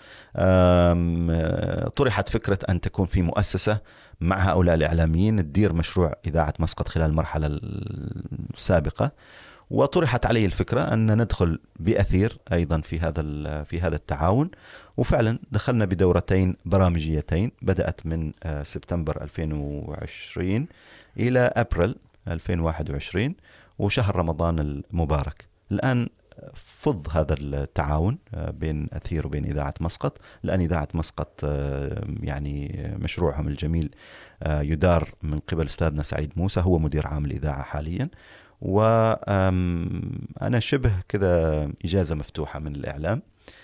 طرحت فكرة أن تكون في مؤسسة مع هؤلاء الإعلاميين تدير مشروع إذاعة مسقط خلال المرحلة السابقة، وطرحت عليه الفكرة أن ندخل بأثير أيضا في هذا في هذا التعاون. وفعلا دخلنا بدورتين برامجيتين بدأت من سبتمبر ألفين وعشرين إلى أبريل ألفين وواحد وعشرين وشهر رمضان المبارك. الآن فض هذا التعاون بين أثير وبين إذاعة مسقط. الآن إذاعة مسقط يعني مشروعهم الجميل يدار من قبل أستاذنا سعيد موسى، هو مدير عام الإذاعة حاليا، وأنا شبه كذا إجازة مفتوحة من الإعلام.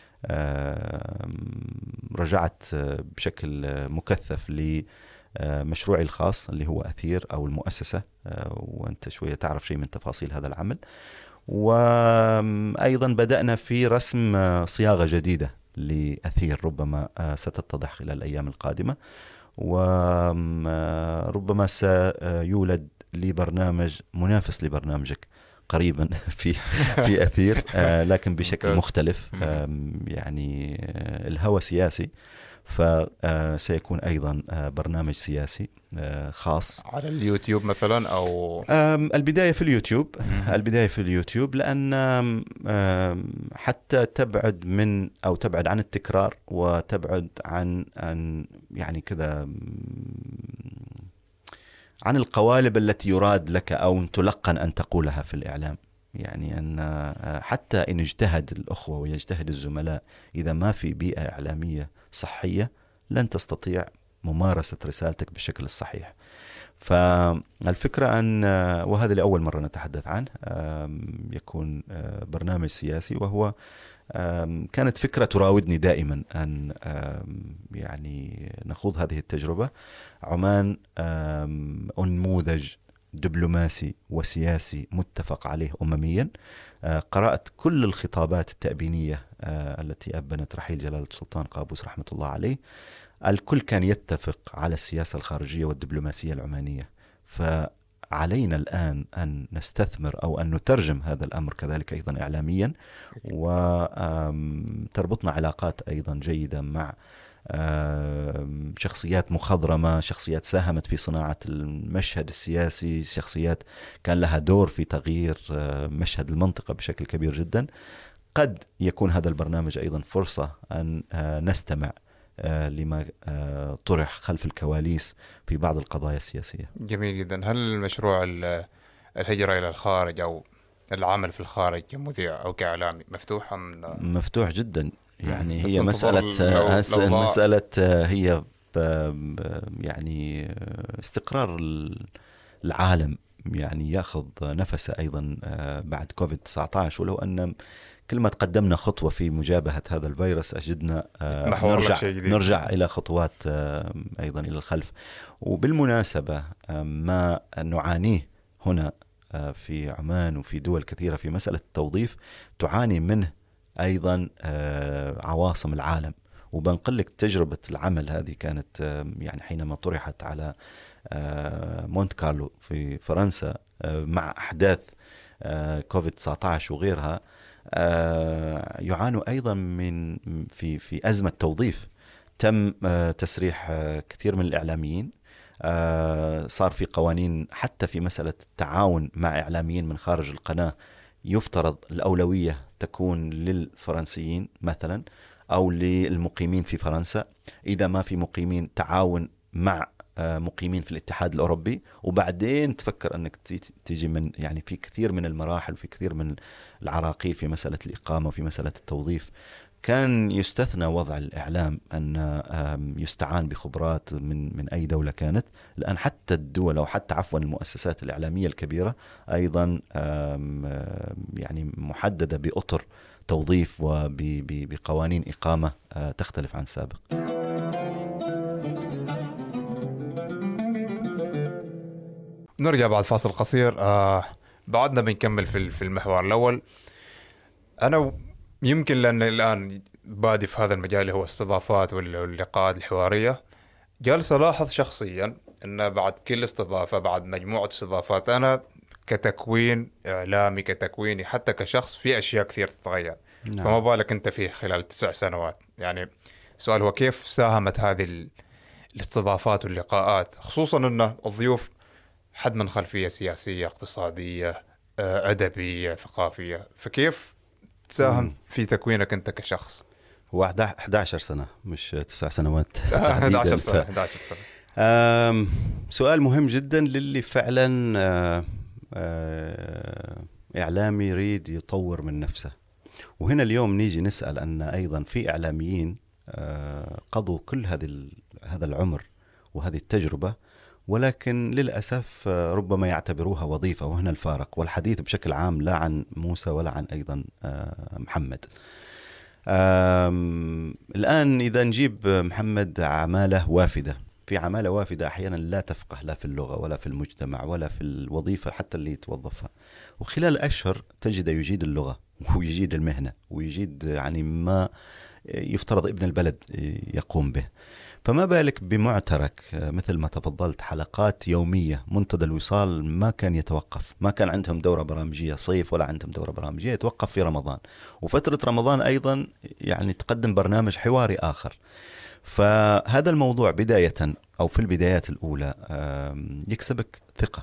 رجعت بشكل مكثف لمشروعي الخاص اللي هو أثير أو المؤسسة، وأنت شوية تعرف شيء من تفاصيل هذا العمل. وأيضا بدأنا في رسم صياغة جديدة لأثير ربما ستتضح خلال الأيام القادمة، وربما سيولد لبرنامج منافس لبرنامجك قريبا في في أثير، لكن بشكل مختلف. يعني الهوى سياسي، فسيكون أيضا برنامج سياسي خاص على اليوتيوب مثلا، أو البداية في اليوتيوب. البداية في اليوتيوب لأن حتى تبعد من أو تبعد عن التكرار، وتبعد عن عن يعني كذا عن القوالب التي يراد لك أو تلقن أن تقولها في الإعلام. يعني أن حتى إن اجتهد الأخوة ويجتهد الزملاء، إذا ما في بيئة إعلامية صحية لن تستطيع ممارسة رسالتك بالشكل الصحيح. فالفكرة أن، وهذا لأول مرة نتحدث عنه، يكون برنامج سياسي، وهو كانت فكرة تراودني دائما أن يعني نخوض هذه التجربة. عمان نموذج دبلوماسي وسياسي متفق عليه أمميا. قرأت كل الخطابات التأبينية التي أبنت رحيل جلالة السلطان قابوس رحمة الله عليه، الكل كان يتفق على السياسة الخارجية والدبلوماسية العمانية. فعلينا الآن أن نستثمر أو أن نترجم هذا الأمر كذلك أيضا إعلاميا، وتربطنا علاقات أيضا جيدة مع شخصيات مخضرمة، شخصيات ساهمت في صناعة المشهد السياسي، شخصيات كان لها دور في تغيير مشهد المنطقة بشكل كبير جدا. قد يكون هذا البرنامج أيضا فرصة أن نستمع لما طرح خلف الكواليس في بعض القضايا السياسية. جميل جدا. هل مشروع الهجرة إلى الخارج أو العمل في الخارج كمذيع أو كإعلامي مفتوح أم؟ مفتوح جدا. يعني هي مسألة لو مسألة هي يعني استقرار العالم، يعني يأخذ نفسه أيضا بعد كوفيد تسعة عشر. ولو أن كل ما تقدمنا خطوة في مجابهة هذا الفيروس أجدنا نرجع, نرجع إلى خطوات أيضا إلى الخلف. وبالمناسبة ما نعانيه هنا في عمان وفي دول كثيرة في مسألة التوظيف تعاني منه أيضا عواصم العالم. وبنقلك تجربة العمل هذه كانت يعني حينما طرحت على مونت كارلو في فرنسا مع أحداث كوفيد تسعة عشر وغيرها، يعانوا أيضا من في في أزمة توظيف. تم تسريح كثير من الإعلاميين، صار في قوانين حتى في مسألة التعاون مع إعلاميين من خارج القناة، يفترض الأولوية تكون للفرنسيين مثلا أو للمقيمين في فرنسا. إذا ما في مقيمين، تعاون مع مقيمين في الاتحاد الأوروبي، وبعدين تفكر أنك تيجي من يعني في كثير من المراحل وفي كثير من العراقيل في مسألة الإقامة وفي مسألة التوظيف كان يستثنى وضع الإعلام أن يستعان بخبرات من من أي دولة كانت. الآن حتى الدول أو حتى عفوا المؤسسات الإعلامية الكبيرة أيضا يعني محددة بأطر توظيف وبقوانين إقامة تختلف عن السابق. نرجع بعد فاصل قصير. آه بعدنا بنكمل في في المحور الأول. أنا يمكن لأن الآن بادي في هذا المجال اللي هو استضافات واللقاءات الحوارية، جالس ألاحظ شخصيا أن بعد كل استضافة، بعد مجموعة استضافات، أنا كتكوين إعلامي كتكويني حتى كشخص في أشياء كثير تتغير. نعم. فما بالك أنت فيه خلال تسع سنوات. يعني السؤال هو كيف ساهمت هذه الاستضافات واللقاءات، خصوصا أن الضيوف حد من خلفية سياسية اقتصادية أدبية ثقافية، فكيف تساهم مم. في تكوينك أنت كشخص؟ هو أحد عشر سنة مش تسع سنوات. أحد عشر سنة. أحد عشر سنة. سؤال مهم جدا للي فعلا آه آه إعلامي يريد يطور من نفسه. وهنا اليوم نيجي نسأل أن أيضا في إعلاميين آه قضوا كل هذه هذا العمر وهذه التجربة، ولكن للأسف ربما يعتبروها وظيفة، وهنا الفارق. والحديث بشكل عام لا عن موسى ولا عن أيضا محمد. الآن إذا نجيب محمد عمالة وافدة، في عمالة وافدة أحيانا لا تفقه لا في اللغة ولا في المجتمع ولا في الوظيفة حتى اللي يتوظفها، وخلال أشهر تجد يجيد اللغة ويجيد المهنة ويجيد يعني ما يفترض ابن البلد يقوم به. فما بالك بمعترك مثل ما تفضلت، حلقات يومية، منتدى الوصال ما كان يتوقف، ما كان عندهم دورة برامجية صيف ولا عندهم دورة برامجية، يتوقف في رمضان، وفترة رمضان أيضا يعني تقدم برنامج حواري آخر. فهذا الموضوع بداية أو في البدايات الأولى يكسبك ثقة،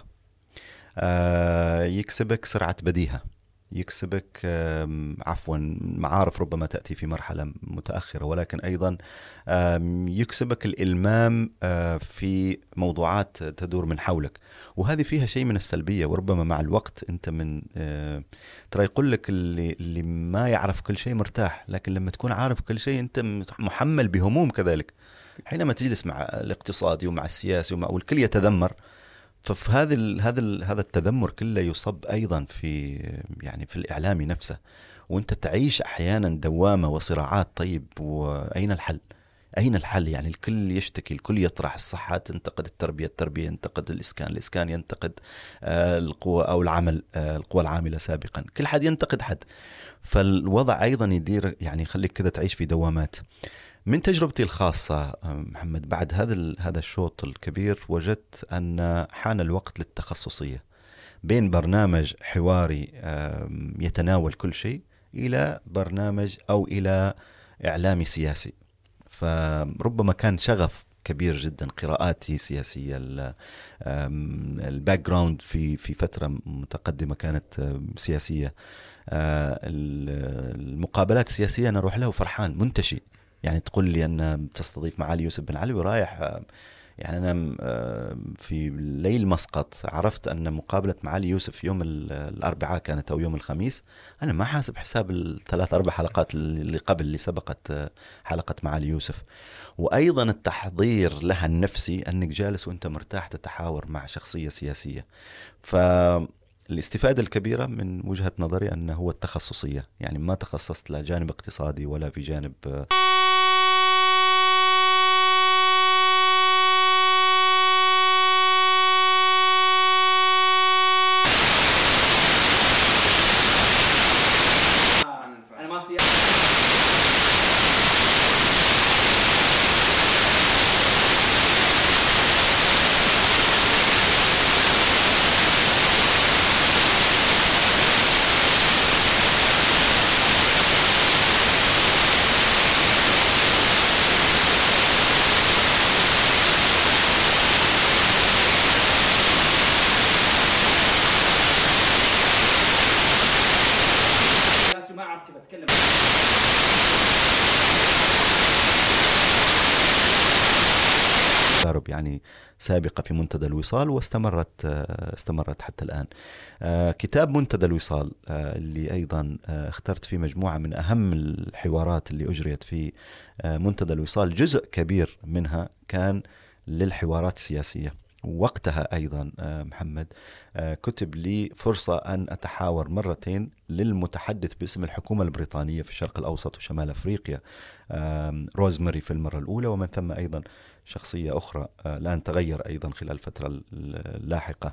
يكسبك سرعة بديهة، يكسبك عفوا معارف ربما تأتي في مرحلة متأخرة، ولكن أيضا يكسبك الإلمام في موضوعات تدور من حولك، وهذه فيها شيء من السلبية. وربما مع الوقت أنت من ترى يقول لك اللي, اللي ما يعرف كل شيء مرتاح، لكن لما تكون عارف كل شيء أنت محمل بهموم كذلك. حينما تجلس مع الاقتصادي ومع السياسي ومع والكل يتذمر، ففي هذا هذا هذا التذمر كله يصب ايضا في يعني في الاعلامي نفسه، وانت تعيش احيانا دوامه وصراعات. طيب واين الحل؟ اين الحل؟ يعني الكل يشتكي، الكل يطرح، الصحه تنتقد التربيه، التربيه ينتقد الاسكان، الاسكان ينتقد آه القوى او العمل، آه القوى العامله سابقا، كل حد ينتقد حد. فالوضع ايضا يدير يعني يخليك كذا تعيش في دوامات. من تجربتي الخاصة محمد، بعد هذا هذا الشوط الكبير وجدت أن حان الوقت للتخصصية، بين برنامج حواري يتناول كل شيء إلى برنامج أو إلى إعلامي سياسي. فربما كان شغف كبير جدا، قراءاتي سياسية، الباك جراوند في في فترة متقدمة كانت سياسية، المقابلات السياسية أنا أروح له فرحان منتشي. يعني تقول لي أن تستضيف معالي يوسف بن علي ورايح، يعني أنا في ليل مسقط عرفت أن مقابلة معالي يوسف يوم الأربعاء كانت أو يوم الخميس، أنا ما حاسب حساب الثلاث أربع حلقات اللي قبل اللي سبقت حلقة معالي يوسف. وأيضا التحضير لها النفسي، أنك جالس وأنت مرتاح تتحاور مع شخصية سياسية. فالاستفادة الكبيرة من وجهة نظري أنه هو التخصصية، يعني ما تخصصت لا جانب اقتصادي ولا في جانب تجارب يعني سابقة في منتدى الوصال واستمرت استمرت حتى الآن. كتاب منتدى الوصال اللي أيضا اخترت فيه مجموعة من أهم الحوارات اللي أجريت في منتدى الوصال، جزء كبير منها كان للحوارات السياسية. وقتها أيضا محمد كتب لي فرصة أن أتحاور مرتين للمتحدث باسم الحكومة البريطانية في الشرق الأوسط وشمال أفريقيا روزماري في المرة الأولى، ومن ثم أيضا شخصية أخرى الآن تغير أيضا خلال الفترة اللاحقة.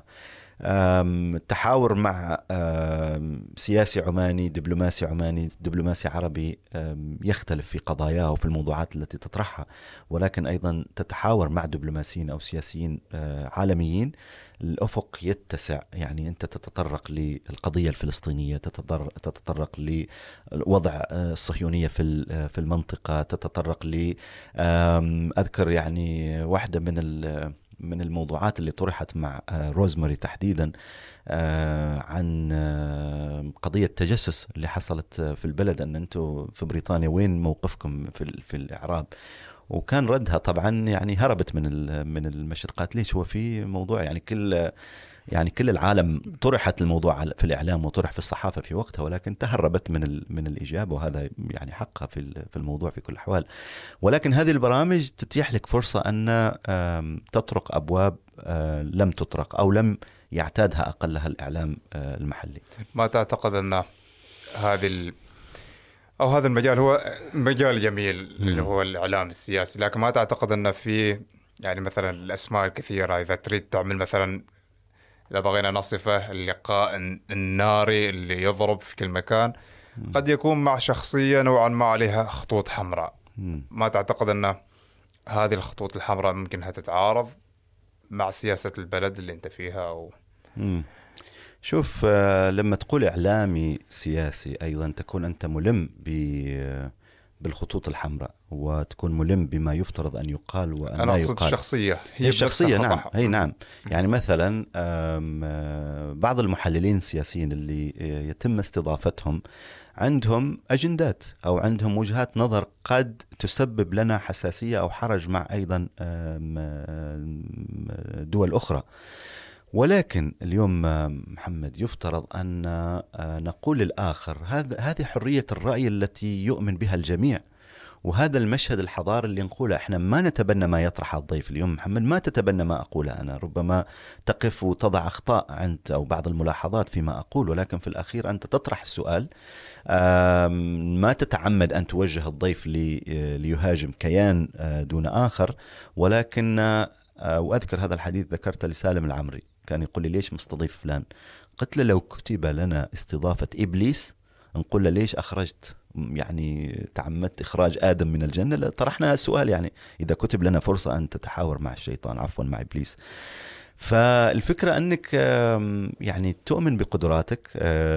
التحاور مع سياسي عماني، دبلوماسي عماني، دبلوماسي عربي يختلف في قضاياه وفي الموضوعات التي تطرحها، ولكن أيضا تتحاور مع دبلوماسيين أو سياسيين عالميين، الأفق يتسع. يعني أنت تتطرق للقضية الفلسطينية، تتطرق لوضع الصهيونية في في المنطقة، تتطرق ل أذكر يعني واحدة من من الموضوعات اللي طرحت مع روزماري تحديدا عن قضية تجسس اللي حصلت في البلد، أن أنتم في بريطانيا وين موقفكم في في الإعراب؟ وكان ردها طبعا يعني هربت من من المشرقات. ليش؟ هو في موضوع يعني كل يعني كل العالم طرحت الموضوع في الإعلام وطرح في الصحافة في وقتها، ولكن تهربت من من الإجابة، وهذا يعني حقها في في الموضوع في كل الأحوال. ولكن هذه البرامج تتيح لك فرصة أن تطرق أبواب لم تطرق أو لم يعتادها أقلها الإعلام المحلي. ما تعتقد أن هذه ال... أو هذا المجال هو مجال جميل اللي هو الإعلام السياسي، لكن ما تعتقد أن في يعني مثلا الأسماء الكثيرة إذا تريد تعمل مثلا، إذا بغينا نصفه، اللقاء الناري اللي يضرب في كل مكان، قد يكون مع شخصية نوعا ما عليها خطوط حمراء. ما تعتقد أن هذه الخطوط الحمراء ممكنها تتعارض مع سياسة البلد اللي أنت فيها؟ أو شوف، لما تقول إعلامي سياسي أيضا تكون أنت ملم بالخطوط الحمراء وتكون ملم بما يفترض أن يقال وأن لا يقال. أنا أقصد الشخصية، هي الشخصية. نعم، هي نعم. يعني مثلا بعض المحللين السياسيين اللي يتم استضافتهم عندهم أجندات أو عندهم وجهات نظر قد تسبب لنا حساسية أو حرج مع أيضا دول أخرى. ولكن اليوم محمد يفترض أن نقول للآخر هذا هذه حرية الرأي التي يؤمن بها الجميع، وهذا المشهد الحضاري اللي نقوله. احنا ما نتبنى ما يطرح الضيف. اليوم محمد ما تتبنى ما أقوله أنا، ربما تقف وتضع أخطاء عند أو بعض الملاحظات فيما أقول، ولكن في الأخير أنت تطرح السؤال، ما تتعمد أن توجه الضيف ليهاجم كيان دون آخر. ولكن وأذكر هذا الحديث ذكرت لسالم العمري، كان يقول لي ليش مستضيف فلان؟ قلت له لو كتب لنا استضافة إبليس نقول له ليش أخرجت، يعني تعمدت إخراج آدم من الجنة؟ طرحنا السؤال، يعني إذا كتب لنا فرصة أن تتحاور مع الشيطان، عفوا مع إبليس. فالفكرة أنك يعني تؤمن بقدراتك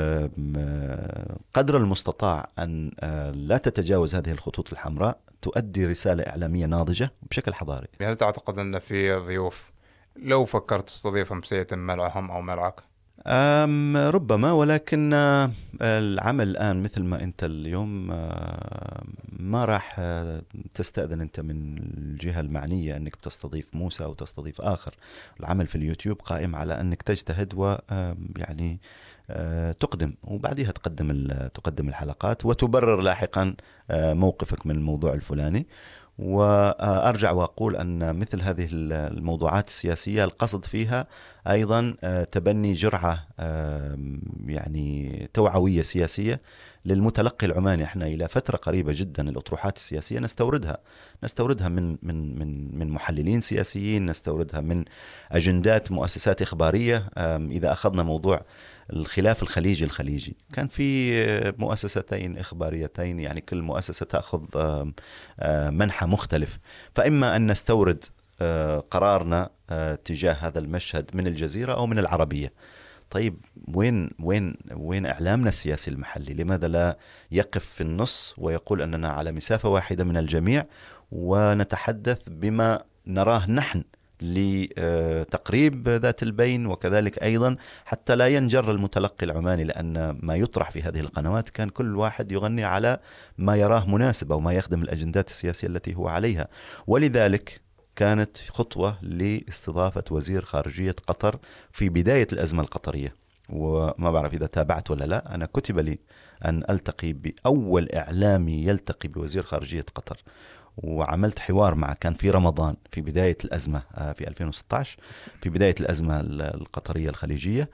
قدر المستطاع، أن لا تتجاوز هذه الخطوط الحمراء، تؤدي رسالة إعلامية ناضجة بشكل حضاري. هل تعتقد أن في ضيوف لو فكرت تستضيفهم سيتم منعهم أو منعك؟ أم ربما، ولكن العمل الآن مثل ما أنت اليوم ما راح تستأذن أنت من الجهة المعنية أنك بتستضيف موسى أو تستضيف آخر. العمل في اليوتيوب قائم على أنك تجتهد ويعني تقدم، وبعدها تقدم تقدم الحلقات وتبرر لاحقا موقفك من الموضوع الفلاني. وأرجع وأقول أن مثل هذه الموضوعات السياسية القصد فيها أيضا تبني جرعة يعني توعوية سياسية للمتلقي العماني. احنا إلى فترة قريبة جدا الأطروحات السياسية نستوردها نستوردها من من من من محللين سياسيين، نستوردها من أجندات مؤسسات إخبارية. إذا أخذنا موضوع الخلاف الخليجي الخليجي كان في مؤسستين إخباريتين، يعني كل مؤسسة تأخذ منحى مختلف، فإما أن نستورد قرارنا تجاه هذا المشهد من الجزيرة أو من العربية. طيب وين وين وين إعلامنا السياسي المحلي؟ لماذا لا يقف في النص ويقول أننا على مسافة واحدة من الجميع ونتحدث بما نراه نحن لتقريب ذات البين، وكذلك أيضا حتى لا ينجر المتلقي العماني، لأن ما يطرح في هذه القنوات كان كل واحد يغني على ما يراه مناسب أو ما يخدم الأجندات السياسية التي هو عليها. ولذلك كانت خطوة لاستضافة وزير خارجية قطر في بداية الأزمة القطرية. وما بعرف إذا تابعت ولا لا، أنا كتب لي أن ألتقي بأول إعلامي يلتقي بوزير خارجية قطر، وعملت حوار معه، كان في رمضان في بداية الأزمة في ألفين وستة عشر، في بداية الأزمة القطرية الخليجية.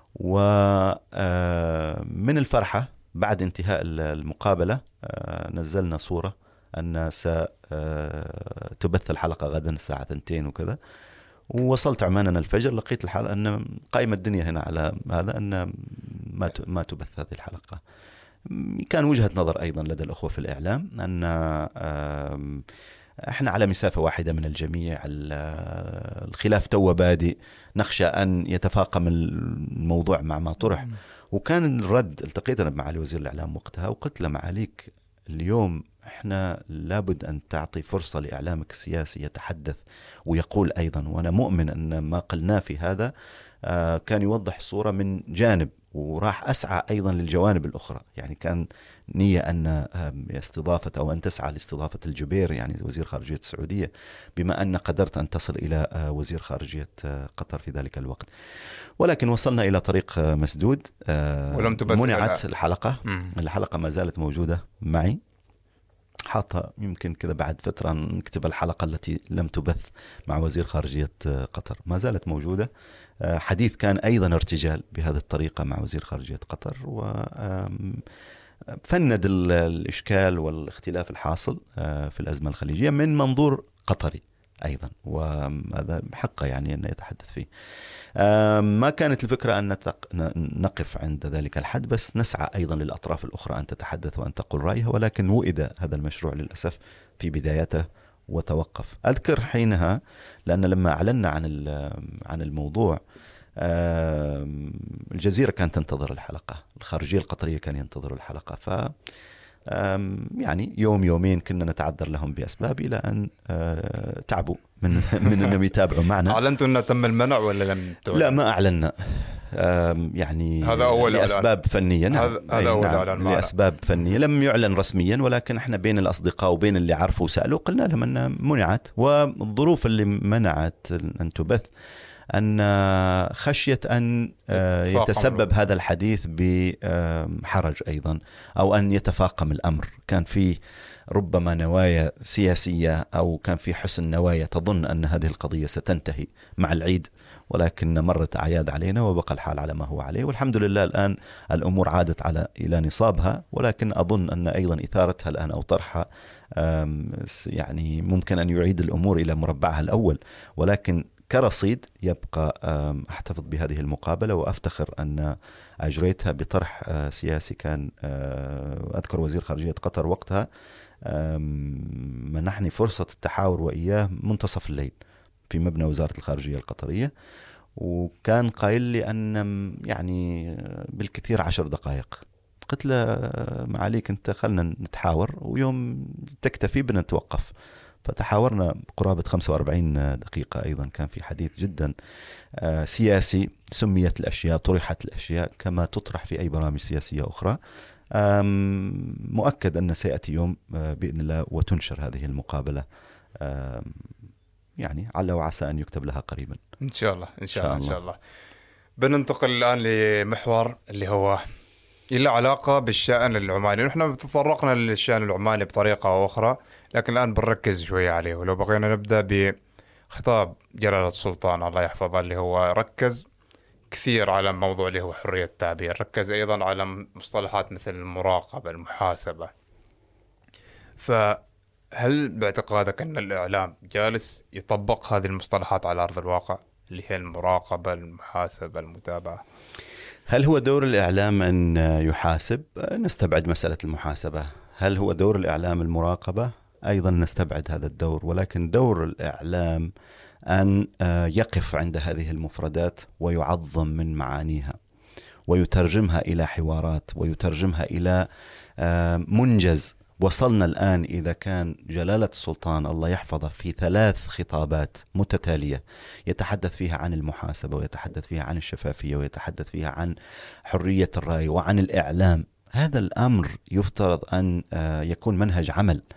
ومن الفرحة بعد انتهاء المقابلة نزلنا صورة أن ستبث الحلقة غدا الساعة اثنتين وكذا. ووصلت عمان أنا الفجر، لقيت الحلقة أن قائمة الدنيا هنا على هذا، أن ما ما تبث هذه الحلقة. كان وجهة نظر أيضا لدى الأخوة في الإعلام أن احنا على مسافة واحدة من الجميع، الخلاف تو بادئ، نخشى أن يتفاقم الموضوع مع ما طرح. وكان الرد، التقيت أنا مع وزير الإعلام وقتها وقلت له معاليك اليوم احنا لابد أن تعطي فرصة لإعلامك السياسي يتحدث ويقول أيضا، وأنا مؤمن أن ما قلناه في هذا آه كان يوضح الصورة من جانب، وراح أسعى أيضا للجوانب الأخرى. يعني كان نية أن استضافة أو أن تسعى لاستضافة الجبير، يعني وزير خارجية السعودية، بما أن قدرت أن تصل إلى وزير خارجية قطر في ذلك الوقت. ولكن وصلنا إلى طريق مسدود، ولم تبث منعت الحلقة. مم. الحلقة ما زالت موجودة معي، حاطة يمكن كذا بعد فترة نكتب الحلقة التي لم تبث مع وزير خارجية قطر، ما زالت موجودة. حديث كان أيضا ارتجال بهذه الطريقة مع وزير خارجية قطر، وفند الإشكال والاختلاف الحاصل في الأزمة الخليجية من منظور قطري أيضا، وهذا حقه يعني أن يتحدث فيه. ما كانت الفكرة أن نقف عند ذلك الحد، بس نسعى أيضا للأطراف الأخرى أن تتحدث وأن تقول رأيها، ولكن وئد هذا المشروع للأسف في بدايته وتوقف. أذكر حينها، لأن لما أعلنا عن عن الموضوع الجزيرة كانت تنتظر الحلقة، الخارجية القطرية كان ينتظر الحلقة، ف يعني يوم يومين كنا نتعذر لهم بأسباب، إلى أن تعبوا من من أنهم يتابعوا معنا. أعلنتوا أنه تم المنع ولا لم تعلن؟ لا، ما أعلنا، يعني هذا أول لأسباب فنية. نعم. هذا, هذا أول نعم. لأسباب فنية لم يعلن رسميا، ولكن احنا بين الأصدقاء وبين اللي عرفوا وسألوا قلنا لهم أنها منعت. والظروف اللي منعت أن تبث أن خشية أن يتسبب هذا الحديث بحرج أيضا، أو أن يتفاقم الأمر. كان فيه ربما نوايا سياسية، أو كان في حسن نوايا تظن أن هذه القضية ستنتهي مع العيد، ولكن مرت أعياد علينا وبقى الحال على ما هو عليه. والحمد لله الآن الأمور عادت على إلى نصابها، ولكن أظن أن أيضا إثارتها الآن أو طرحها يعني ممكن أن يعيد الأمور إلى مربعها الأول. ولكن كرصيد يبقى أحتفظ بهذه المقابلة، وأفتخر أن أجريتها بطرح سياسي. كان أذكر وزير خارجية قطر وقتها منحني فرصة التحاور وإياه منتصف الليل في مبنى وزارة الخارجية القطرية، وكان قايل لي أن يعني بالكثير عشر دقائق. قلت له معاليك أنت خلنا نتحاور، ويوم تكتفي بدنا نتوقف. فتحاورنا قرابة خمسة وأربعين دقيقة. أيضا كان في حديث جدا سياسي، سميت الأشياء، طرحت الأشياء كما تطرح في أي برامج سياسية أخرى. مؤكد أن سيأتي يوم بإذن الله وتنشر هذه المقابلة، يعني على وعسى أن يكتب لها قريبا إن شاء الله. إن شاء الله إن شاء الله. بننتقل الآن لمحور اللي هو له علاقة بالشأن العماني. نحن تطرقنا للشأن العماني بطريقة أو أخرى، لكن الآن بنركز شوية عليه. ولو بغينا نبدأ بخطاب جلالة السلطان الله يحفظه، اللي هو ركز كثير على موضوع اللي هو حرية التعبير، ركز أيضا على مصطلحات مثل المراقبة، المحاسبة. فهل باعتقادك أن الإعلام جالس يطبق هذه المصطلحات على أرض الواقع، اللي هي المراقبة، المحاسبة، المتابعة؟ هل هو دور الإعلام أن يحاسب؟ نستبعد مسألة المحاسبة. هل هو دور الإعلام المراقبة؟ أيضا نستبعد هذا الدور. ولكن دور الإعلام أن يقف عند هذه المفردات ويعظم من معانيها، ويترجمها إلى حوارات، ويترجمها إلى منجز. وصلنا الآن إذا كان جلالة السلطان الله يحفظه في ثلاث خطابات متتالية يتحدث فيها عن المحاسبة، ويتحدث فيها عن الشفافية، ويتحدث فيها عن حرية الرأي وعن الإعلام، هذا الأمر يفترض أن يكون منهج عمل،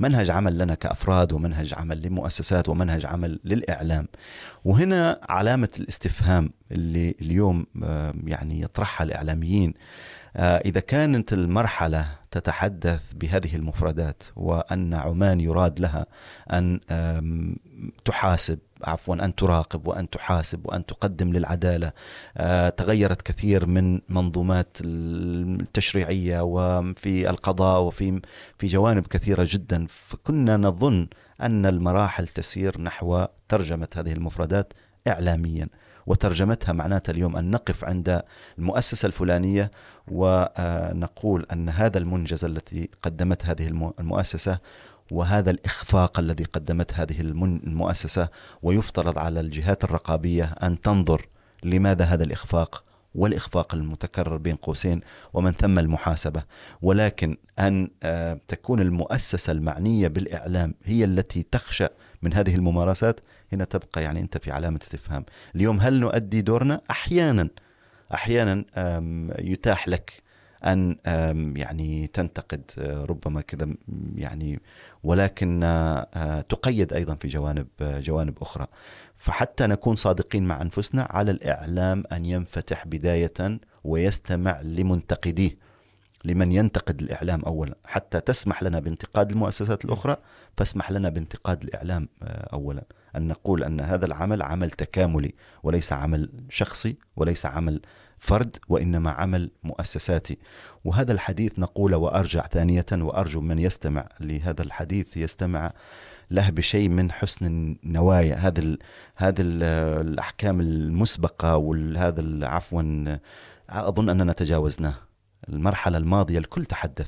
منهج عمل لنا كأفراد، ومنهج عمل لمؤسسات، ومنهج عمل للإعلام. وهنا علامة الاستفهام اللي اليوم يعني يطرحها الإعلاميين، إذا كانت المرحلة تتحدث بهذه المفردات، وأن عمان يراد لها أن تحاسب عفوا أن تراقب وأن تحاسب وأن تقدم للعدالة، تغيرت كثير من منظومات التشريعية وفي القضاء وفي في جوانب كثيرة جدا، فكنا نظن أن المراحل تسير نحو ترجمة هذه المفردات إعلاميا، وترجمتها معناتها اليوم أن نقف عند المؤسسة الفلانية ونقول أن هذا المنجز الذي قدمت هذه المؤسسة، وهذا الإخفاق الذي قدمت هذه المؤسسة، ويفترض على الجهات الرقابية أن تنظر لماذا هذا الإخفاق، والإخفاق المتكرر بين قوسين، ومن ثم المحاسبة. ولكن أن تكون المؤسسة المعنية بالإعلام هي التي تخشى من هذه الممارسات، هنا تبقى يعني أنت في علامة استفهام. اليوم هل نؤدي دورنا؟ أحيانا أحيانا يتاح لك أن يعني تنتقد ربما كذا يعني، ولكن تقيد أيضا في جوانب جوانب أخرى. فحتى نكون صادقين مع أنفسنا، على الإعلام أن ينفتح بداية ويستمع لمنتقديه، لمن ينتقد الإعلام أولا، حتى تسمح لنا بانتقاد المؤسسات الأخرى، فاسمح لنا بانتقاد الإعلام أولا. أن نقول أن هذا العمل عمل تكاملي، وليس عمل شخصي، وليس عمل فرد، وإنما عمل مؤسساتي. وهذا الحديث نقول وأرجع ثانية، وأرجو من يستمع لهذا الحديث يستمع له بشيء من حسن النوايا. هذا ال هذا ال الأحكام المسبقة وهذا عفوا أظن أننا تجاوزناه. المرحلة الماضية الكل تحدث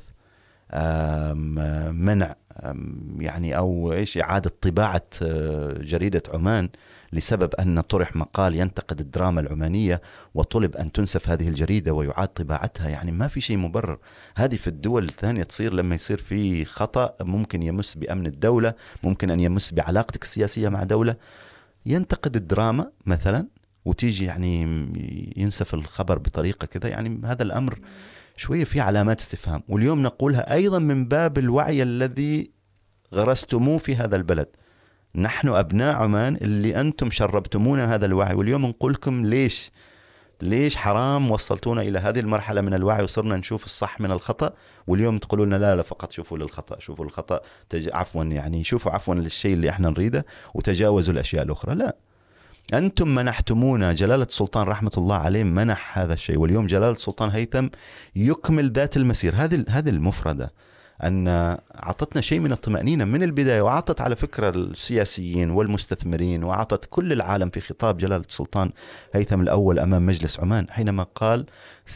منع يعني أو إيش إعادة طباعة جريدة عمان لسبب أن طرح مقال ينتقد الدراما العمانية، وطلب أن تنسف هذه الجريدة ويعاد طباعتها. يعني ما في شيء مبرر. هذه في الدول الثانية تصير لما يصير في خطأ ممكن يمس بأمن الدولة، ممكن أن يمس بعلاقتك السياسية مع دولة. ينتقد الدراما مثلا وتيجي يعني ينسف الخبر بطريقة كذا، يعني هذا الأمر شوية في علامات استفهام. واليوم نقولها أيضا من باب الوعي الذي غرستموه في هذا البلد. نحن أبناء عمان اللي أنتم شربتمونا هذا الوعي، واليوم نقول لكم ليش ليش حرام وصلتونا إلى هذه المرحلة من الوعي وصرنا نشوف الصح من الخطأ، واليوم تقولوا لنا لا لا فقط شوفوا للخطأ، شوفوا الخطأ تج... عفوا يعني شوفوا عفوا للشيء اللي احنا نريده وتجاوزوا الأشياء الأخرى. لا، أنتم منحتمونا. جلالة السلطان رحمة الله عليه منح هذا الشيء، واليوم جلالة السلطان هيثم يكمل ذات المسير. هذه هذه المفردة أن أعطتنا شيء من الطمأنينة من البداية، وأعطت على فكرة السياسيين والمستثمرين، وأعطت كل العالم في خطاب جلالة السلطان هيثم الأول أمام مجلس عمان حينما قال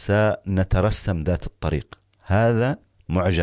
سنترسم ذات الطريق. هذا معجم،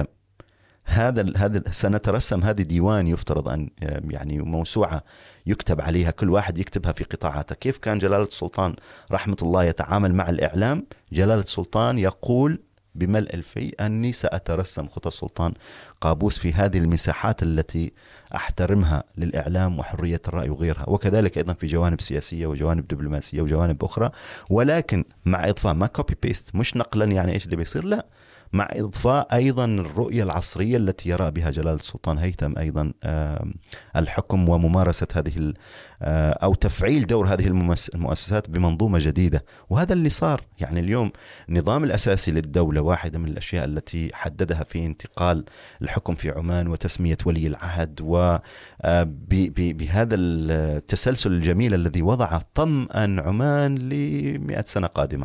هذا هذا سنترسم هذه ديوان يفترض أن يعني موسوعة يكتب عليها، كل واحد يكتبها في قطاعاته. كيف كان جلالة السلطان رحمة الله يتعامل مع الإعلام؟ جلالة السلطان يقول بملء الفي أني سأترسم خطى السلطان قابوس في هذه المساحات التي أحترمها للإعلام وحرية الرأي وغيرها، وكذلك أيضا في جوانب سياسية وجوانب دبلوماسية وجوانب أخرى، ولكن مع إضفاء ما كوبي بيست، مش نقلا يعني إيش اللي بيصير، لا، مع إضفاء أيضا الرؤية العصرية التي يرى بها جلالة السلطان هيثم أيضا الحكم وممارسة هذه أو تفعيل دور هذه المؤسسات بمنظومة جديدة. وهذا اللي صار. يعني اليوم النظام الأساسي للدولة واحدة من الأشياء التي حددها في انتقال الحكم في عمان وتسمية ولي العهد، وبهذا التسلسل الجميل الذي وضع طمأن عمان لمئة سنة قادمة.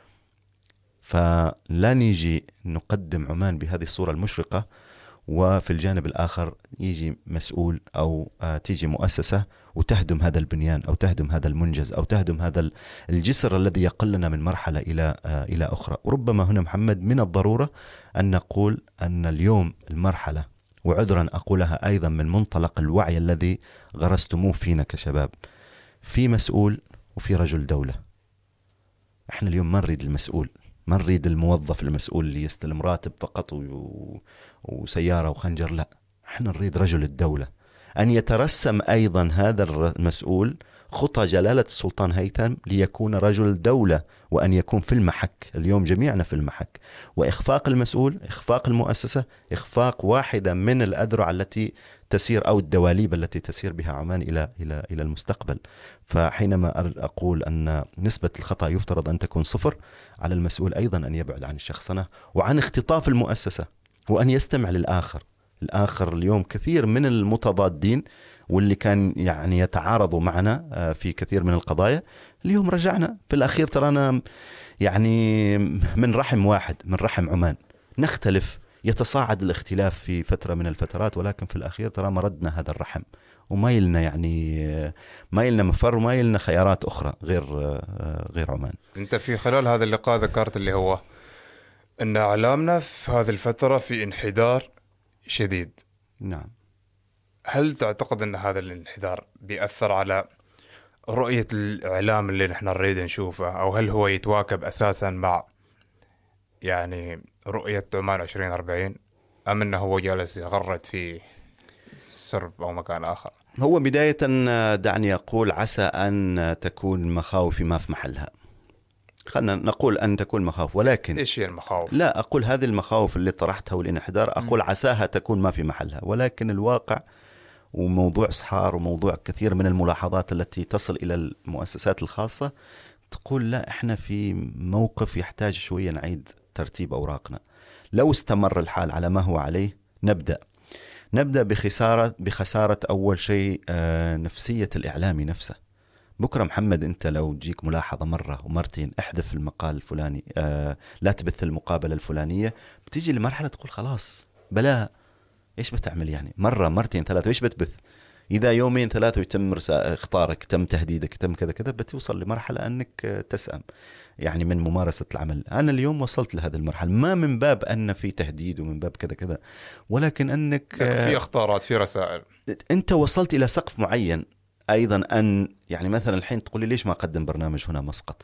فلا نيجي نقدم عمان بهذه الصورة المشرقة، وفي الجانب الآخر يجي مسؤول أو تيجي مؤسسة وتهدم هذا البنيان أو تهدم هذا المنجز أو تهدم هذا الجسر الذي يقلنا من مرحلة إلى إلى أخرى. وربما هنا محمد من الضرورة أن نقول أن اليوم المرحلة، وعذرا أقولها أيضا من منطلق الوعي الذي غرستموه فينا كشباب، في مسؤول وفي رجل دولة. احنا اليوم ما نريد المسؤول، ما نريد الموظف المسؤول اللي يستلم راتب فقط و... وسيارة وخنجر، لا، احنا نريد رجل الدولة أن يترسم أيضا هذا المسؤول خطى جلالة السلطان هيثم ليكون رجل دولة، وأن يكون في المحك. اليوم جميعنا في المحك، وإخفاق المسؤول، إخفاق المؤسسة، إخفاق واحدة من الأذرع التي تسير أو الدواليب التي تسير بها عمان إلى إلى إلى المستقبل. فحينما أقول أن نسبة الخطأ يفترض أن تكون صفر، على المسؤول أيضا أن يبعد عن الشخصنة وعن اختطاف المؤسسة، وأن يستمع للآخر. الآخر اليوم كثير من المتضادين واللي كان يعني يتعارضوا معنا في كثير من القضايا، اليوم رجعنا في الأخير ترانا يعني من رحم واحد، من رحم عمان. نختلف، يتصاعد الاختلاف في فترة من الفترات، ولكن في الأخير ترى مردنا هذا الرحم، وما يلنا يعني ما يلنا مفر وما يلنا خيارات أخرى غير غير عمان. أنت في خلال هذا اللقاء ذكرت اللي هو أن إعلامنا في هذه الفترة في انحدار شديد. نعم. هل تعتقد أن هذا الانحدار بيأثر على رؤية الإعلام اللي نحن نريد نشوفه، أو هل هو يتواكب أساسا مع يعني رؤية عمان عشرين أربعين، أم أنه هو جالس يغرد في سرب أو مكان آخر؟ هو بداية دعني أقول عسى أن تكون مخاوف ما في محلها. خلنا نقول أن تكون مخاوف، ولكن إيش هي المخاوف؟ لا أقول هذه المخاوف اللي طرحتها والانحدار أقول عساها تكون ما في محلها، ولكن الواقع وموضوع صحار وموضوع كثير من الملاحظات التي تصل إلى المؤسسات الخاصة تقول لا، إحنا في موقف يحتاج شوية نعيد ترتيب أوراقنا. لو استمر الحال على ما هو عليه نبدأ نبدأ بخسارة بخسارة أول شيء آه نفسية الإعلامي نفسه. بكرة محمد أنت لو تجيك ملاحظة مرة ومرتين، احذف المقال الفلاني، آه لا تبث المقابلة الفلانية، بتيجي لمرحلة تقول خلاص بلا، إيش بتعمل يعني؟ مرة مرتين ثلاثة إيش بتبث؟ إذا يومين ثلاثة ويتم اختارك، تم تهديدك، تم كذا كذا، بتوصل لمرحلة أنك تسأم يعني من ممارسة العمل. أنا اليوم وصلت لهذه المرحلة، ما من باب أن في تهديد ومن باب كذا كذا، ولكن أنك في اختارات، في رسائل، أنت وصلت إلى سقف معين. أيضا أن يعني مثلا الحين تقول لي ليش ما أقدم برنامج هنا مسقط؟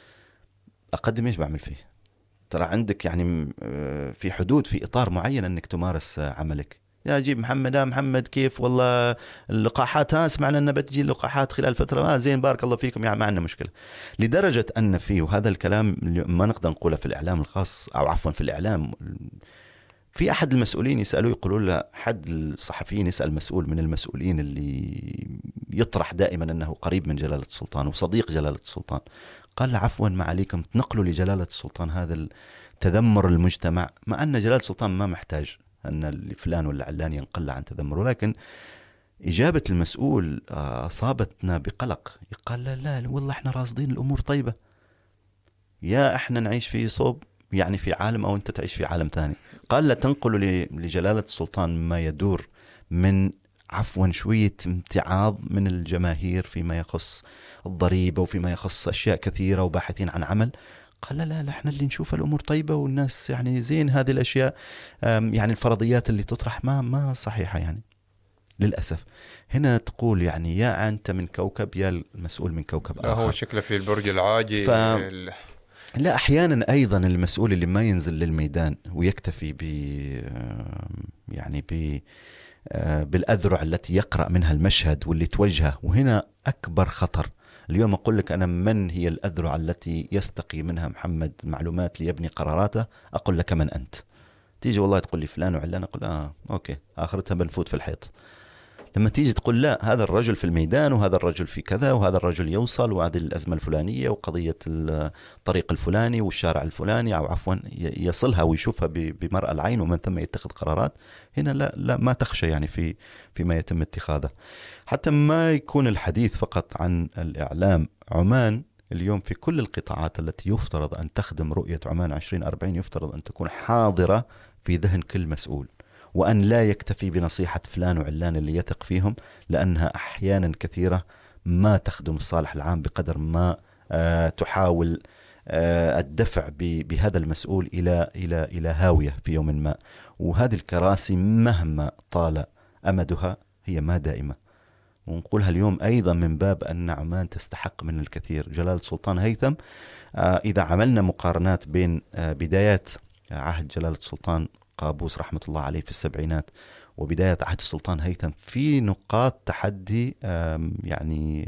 أقدم إيش بعمل فيه؟ ترى عندك يعني في حدود، في إطار معين أنك تمارس عملك. يا جيب محمد، آه محمد كيف والله اللقاحات، ها سمعنا أن بتجي اللقاحات خلال فترة، آه زين بارك الله فيكم، يعني ما عندنا مشكلة. لدرجة أن فيه، وهذا الكلام ما نقدر نقوله في الإعلام الخاص أو عفوا في الإعلام، في أحد المسؤولين يسألوه، يقولوا له أحد الصحفيين يسأل مسؤول من المسؤولين اللي يطرح دائما أنه قريب من جلالة السلطان وصديق جلالة السلطان، قال عفوا ما عليكم تنقلوا لجلالة السلطان هذا التذمر المجتمع، مع أن جلالة السلطان ما محتاج أن فلان ولا علان ينقل عن تذمر. ولكن إجابة المسؤول أصابتنا بقلق. قال لا لا والله احنا راصدين الأمور طيبة، يا احنا نعيش في صوب يعني في عالم أو أنت تعيش في عالم ثاني. قال لا تنقلوا لجلالة السلطان ما يدور من عفوا شوية امتعاض من الجماهير فيما يخص الضريبة وفيما يخص أشياء كثيرة وباحثين عن عمل. قال لا لا, لا احنا اللي نشوف الأمور طيبة والناس يعني زين، هذه الأشياء يعني الفرضيات اللي تطرح ما ما صحيحة يعني للأسف. هنا تقول يعني يا أنت من كوكب يا المسؤول من كوكب آخر. هو شكله في البرج العاجي. ف... لا أحيانا أيضا المسؤول اللي ما ينزل للميدان ويكتفي ب يعني ب بالأذرع التي يقرأ منها المشهد واللي توجهه، وهنا أكبر خطر. اليوم أقول لك أنا من هي الأذرع التي يستقي منها محمد معلومات ليبني قراراته، أقول لك من أنت. تيجي والله تقول لي فلان وعلان، أقول آه أوكي آخرتها بنفوت في الحيط. لما تيجي تقول لا هذا الرجل في الميدان وهذا الرجل في كذا وهذا الرجل يوصل وهذه الأزمة الفلانية وقضية الطريق الفلاني والشارع الفلاني أو عفوا يصلها ويشوفها بمرأى العين ومن ثم يتخذ قرارات، هنا لا لا ما تخشى يعني في فيما يتم اتخاذه. حتى ما يكون الحديث فقط عن الإعلام. عمان اليوم في كل القطاعات التي يفترض أن تخدم رؤية عمان عشرين أربعين يفترض أن تكون حاضرة في ذهن كل مسؤول، وأن لا يكتفي بنصيحة فلان وعلان اللي يثق فيهم، لأنها أحيانا كثيرة ما تخدم الصالح العام بقدر ما آه تحاول آه الدفع بهذا المسؤول إلى إلى إلى هاوية في يوم ما. وهذه الكراسي مهما طال أمدها هي ما دائمة. ونقولها اليوم أيضا من باب أن عمان تستحق من الكثير. جلالة السلطان هيثم آه إذا عملنا مقارنات بين آه بدايات عهد جلالة السلطان قابوس رحمة الله عليه في السبعينات وبداية عهد السلطان هيثم في نقاط تحدي يعني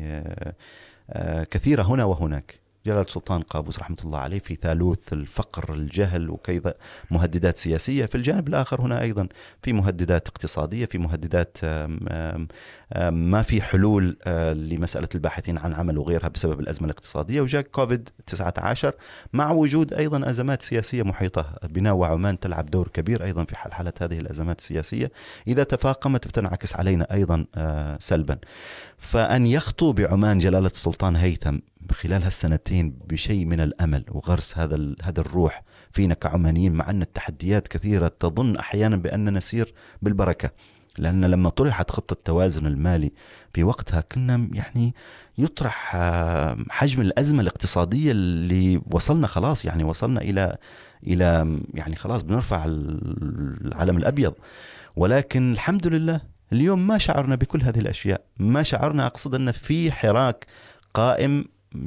كثيرة هنا وهناك. جلالة السلطان قابوس رحمة الله عليه في ثالوث الفقر الجهل وكذا مهددات سياسية، في الجانب الآخر هنا أيضا في مهددات اقتصادية، في مهددات آم آم آم ما في حلول لمسألة الباحثين عن عمل وغيرها بسبب الأزمة الاقتصادية. وجاء كوفيد تسعة عشر مع وجود أيضا أزمات سياسية محيطة بنا، وعمان تلعب دور كبير أيضا في حل حالة هذه الأزمات السياسية، إذا تفاقمت بتنعكس علينا أيضا سلبا. فأن يخطو بعمان جلالة السلطان هيثم خلال هالسنتين بشيء من الأمل وغرس هذا هذا الروح فينا كعمانيين، مع أن التحديات كثيرة تظن أحيانا بأننا نسير بالبركة، لأن لما طرحت خطة التوازن المالي في وقتها كنا يعني يطرح حجم الأزمة الاقتصادية اللي وصلنا خلاص، يعني وصلنا إلى إلى يعني خلاص بنرفع العلم الأبيض. ولكن الحمد لله اليوم ما شعرنا بكل هذه الأشياء، ما شعرنا، أقصد أن في حراك قائم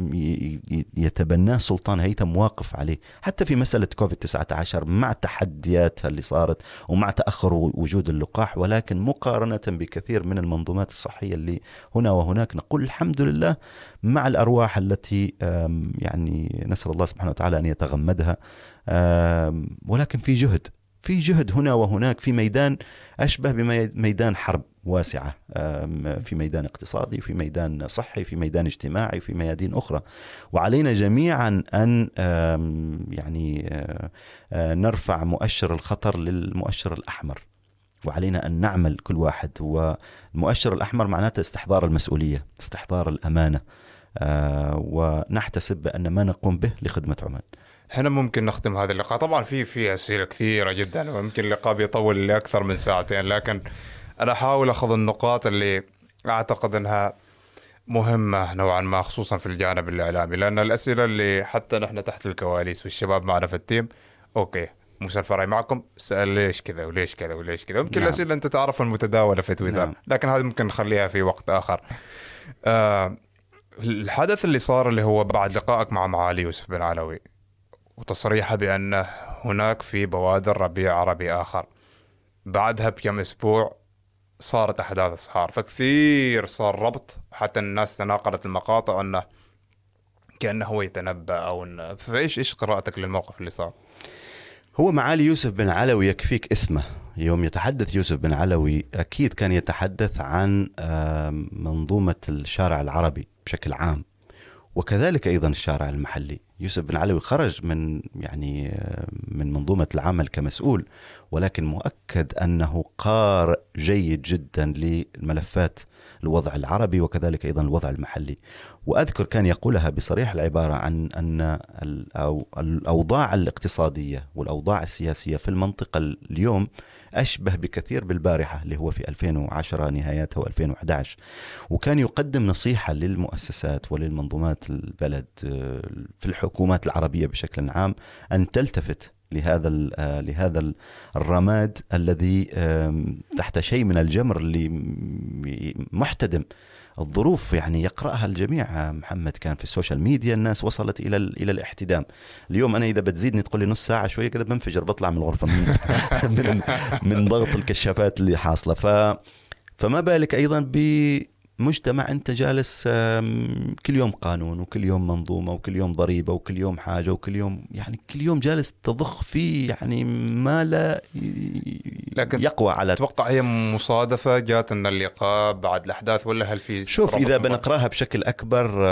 يتبناه السلطان هيثم واقف عليه، حتى في مسألة كوفيد تسعة عشر مع تحدياتها اللي صارت ومع تأخر وجود اللقاح، ولكن مقارنة بكثير من المنظومات الصحية اللي هنا وهناك نقول الحمد لله مع الأرواح التي يعني نسأل الله سبحانه وتعالى أن يتغمدها. ولكن في جهد في جهد هنا وهناك في ميدان أشبه بميدان حرب واسعة، في ميدان اقتصادي، في ميدان صحي، في ميدان اجتماعي، في ميادين أخرى. وعلينا جميعا أن يعني نرفع مؤشر الخطر للمؤشر الأحمر، وعلينا أن نعمل كل واحد. والمؤشر الأحمر معناته استحضار المسؤولية، استحضار الأمانة، ونحتسب بأن ما نقوم به لخدمة عمان. هنا ممكن نختم هذا اللقاء. طبعا في في أسئلة كثيرة جدا وممكن اللقاء بيطول لأكثر من ساعتين، لكن أنا أحاول أخذ النقاط اللي أعتقد أنها مهمة نوعا ما، خصوصا في الجانب الإعلامي، لأن الأسئلة اللي حتى نحن تحت الكواليس والشباب معنا في التيم، أوكي موسى الفرعي معكم سأل ليش كذا وليش كذا وليش كذا، ممكن نعم. الأسئلة أنت تعرف المتداولة في تويتر، نعم. لكن هذه ممكن نخليها في وقت آخر. آه الحدث اللي صار اللي هو بعد لقائك مع معالي يوسف بن علوي وتصريحه بأن هناك في بوادر ربيع عربي آخر، بعدها بكم أسبوع صارت أحداث الصحار، فكثير صار ربط، حتى الناس تناقلت المقاطع أنه كأنه هو يتنبأ أو أنه، فإيش إيش قراءتك للموقف اللي صار؟ هو معالي يوسف بن علوي يكفيك اسمه، يوم يتحدث يوسف بن علوي أكيد كان يتحدث عن منظومة الشارع العربي بشكل عام، وكذلك أيضا الشارع المحلي. يوسف بن علوي خرج من يعني من منظومة العمل كمسؤول، ولكن مؤكد أنه قارئ جيد جدا للملفات الوضع العربي وكذلك أيضا الوضع المحلي. وأذكر كان يقولها بصريح العبارة عن أن الأوضاع الاقتصادية والأوضاع السياسية في المنطقة اليوم أشبه بكثير بالبارحة اللي هو في ألفين وعشرة نهايتها وألفين وأحد عشر. وكان يقدم نصيحة للمؤسسات وللمنظومات البلد في الحكومات العربية بشكل عام أن تلتفت لهذا لهذا الرماد الذي تحت شيء من الجمر اللي محتدم. الظروف يعني يقرأها الجميع محمد، كان في السوشيال ميديا الناس وصلت إلى إلى الاحتدام. اليوم أنا إذا بتزيدني تقول لي نص ساعة شوية كذا بنفجر، بطلع من الغرفة من من, من ضغط الكشافات اللي حاصلة. ف فما بالك أيضا بمجتمع أنت جالس كل يوم قانون وكل يوم منظومة وكل يوم ضريبة وكل يوم حاجة وكل يوم يعني كل يوم جالس تضخ فيه يعني ما لا لكن يقوى على. توقع هي مصادفة جات أن اللقاء بعد الأحداث، ولا هل في شوف إذا بنقراها بشكل أكبر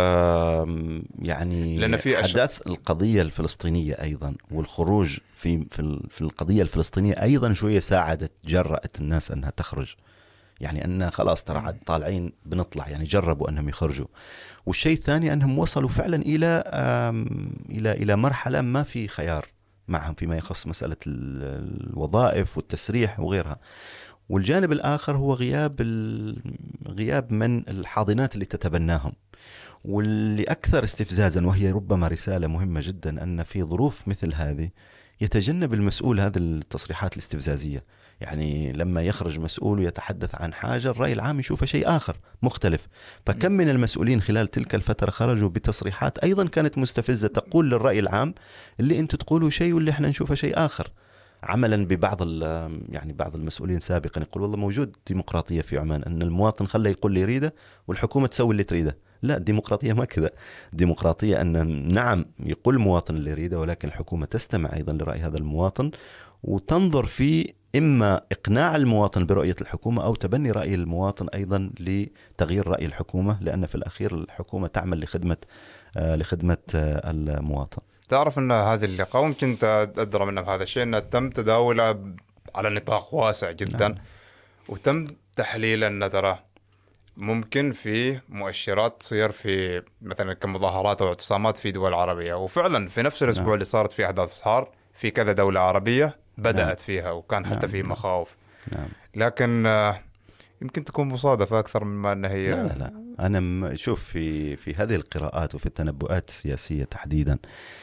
يعني لأن في أحداث القضية الفلسطينية أيضا والخروج في في القضية الفلسطينية أيضا شوية ساعدت جرأت الناس أنها تخرج، يعني أننا خلاص ترى طالعين بنطلع، يعني جربوا أنهم يخرجوا. والشيء الثاني أنهم وصلوا فعلا إلى إلى إلى مرحلة ما في خيار معهم فيما يخص مسألة الوظائف والتسريح وغيرها. والجانب الآخر هو غياب غياب من الحاضنات اللي تتبناهم. واللي أكثر استفزازا وهي ربما رسالة مهمة جدا أن في ظروف مثل هذه يتجنب المسؤول هذه التصريحات الاستفزازية. يعني لما يخرج مسؤول ويتحدث عن حاجة الرأي العام يشوف شيء آخر مختلف. فكم من المسؤولين خلال تلك الفترة خرجوا بتصريحات أيضا كانت مستفزة تقول للرأي العام اللي أنتوا تقولوا شيء واللي احنا نشوفه شيء آخر. عملا ببعض يعني بعض المسؤولين سابقا يقول والله موجود ديمقراطية في عمان، أن المواطن خلى يقول اللي يريده والحكومة تسوي اللي تريده. لا، الديمقراطية ما كذا. الديمقراطية أن نعم يقول المواطن اللي يريده، ولكن الحكومة تستمع أيضا لرأي هذا المواطن وتنظر في إما إقناع المواطن برؤية الحكومة أو تبني رأي المواطن أيضا لتغيير رأي الحكومة، لأن في الأخير الحكومة تعمل لخدمة آه لخدمة آه المواطن. تعرف أن هذه اللقاء ممكن أدرى منها بهذا الشيء أنه تم تداولها على نطاق واسع جدا. نعم. وتم تحليل أن ترى ممكن في مؤشرات تصير في مثلا كمظاهرات أو اعتصامات في دول عربية، وفعلا في نفس الأسبوع نعم. اللي صارت فيه أحداث صهار في كذا دولة عربية بدأت نعم. فيها، وكان حتى نعم. في مخاوف نعم. لكن يمكن تكون مصادفة أكثر مما أنها هي. لا لا لا أنا شوف في في هذه القراءات وفي التنبؤات السياسية تحديدا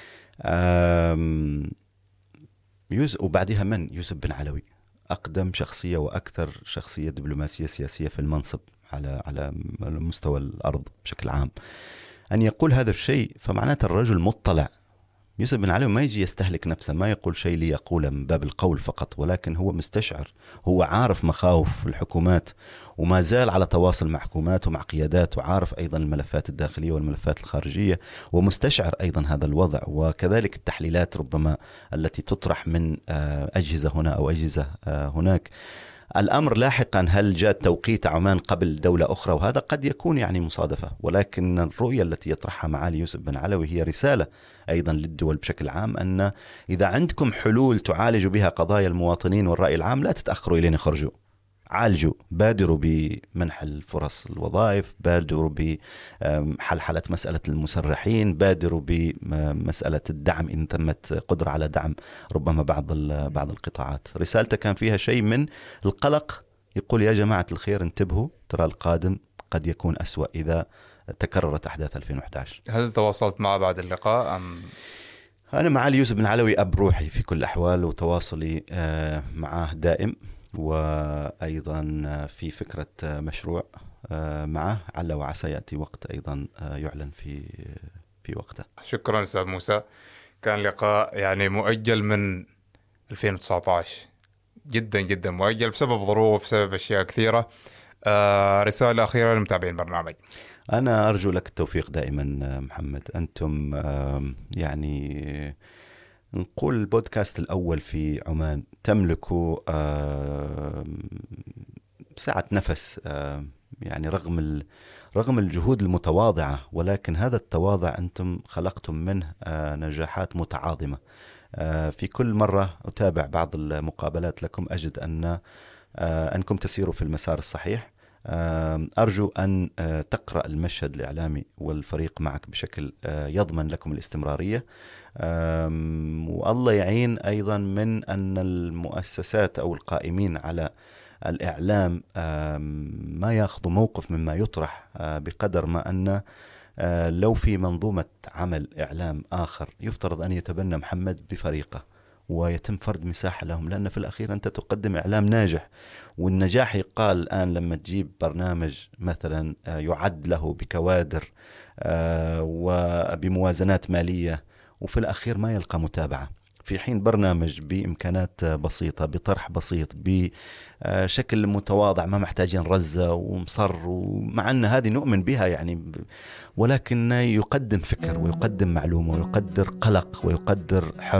يوسف، وبعدها من يوسف بن علوي أقدم شخصية وأكثر شخصية دبلوماسية سياسية في المنصب على على مستوى الأرض بشكل عام، أن يقول هذا الشيء فمعناته الرجل مطلع. يوسف بن علوي ما يجي يستهلك نفسه، ما يقول شيء ليقوله من باب القول فقط، ولكن هو مستشعر، هو عارف مخاوف الحكومات وما زال على تواصل مع حكومات ومع قيادات، وعارف أيضا الملفات الداخلية والملفات الخارجية، ومستشعر أيضا هذا الوضع، وكذلك التحليلات ربما التي تطرح من أجهزة هنا أو أجهزة هناك. الأمر لاحقا هل جاء توقيت عمان قبل دولة أخرى، وهذا قد يكون يعني مصادفة، ولكن الرؤية التي يطرحها معالي يوسف بن علوي هي رسالة أيضا للدول بشكل عام، أن إذا عندكم حلول تعالجوا بها قضايا المواطنين والرأي العام لا تتأخروا إلين يخرجوا، عالجوا، بادروا بمنح الفرص الوظائف، بادروا بحلحلة مسألة المسرحين، بادروا بمسألة الدعم إن تمت قدرة على دعم ربما بعض بعض القطاعات. رسالته كان فيها شيء من القلق، يقول يا جماعة الخير انتبهوا، ترى القادم قد يكون أسوأ إذا تكررت أحداث ألفين وإحدى عشر. هل تواصلت معه بعد اللقاء أم؟ أنا معالي يوسف بن علوي أب روحي في كل الأحوال، وتواصلي معه دائم، وأيضا في فكرة مشروع معه عل وعسى يأتي وقت أيضا يعلن في في وقته. شكرا أستاذ موسى، كان لقاء يعني مؤجل من ألفين وتسعة عشر، جدا جدا مؤجل بسبب ظروف، بسبب أشياء كثيرة. رسالة أخيرة للمتابعين البرنامج. أنا أرجو لك التوفيق دائما محمد، أنتم يعني نقول البودكاست الأول في عمان، تملكوا سعة نفس، يعني رغم رغم الجهود المتواضعة، ولكن هذا التواضع أنتم خلقتم منه نجاحات متعاظمة. في كل مرة أتابع بعض المقابلات لكم أجد أن أنكم تسيروا في المسار الصحيح. أرجو أن تقرأ المشهد الإعلامي والفريق معك بشكل يضمن لكم الاستمرارية، والله يعين أيضا من أن المؤسسات أو القائمين على الإعلام ما يأخذوا موقف مما يطرح، بقدر ما أن لو في منظومة عمل إعلام آخر يفترض أن يتبنى محمد بفريقه ويتم فرض مساحة لهم، لأن في الأخير أنت تقدم إعلام ناجح، والنجاح يقال الآن لما تجيب برنامج مثلا يعد له بكوادر وبموازنات مالية وفي الأخير ما يلقى متابعة، في حين برنامج بإمكانات بسيطة بطرح بسيط بشكل متواضع ما محتاجين رزة ومصر، ومع أن هذه نؤمن بها يعني، ولكن يقدم فكر ويقدم معلومة ويقدر قلق ويقدر حر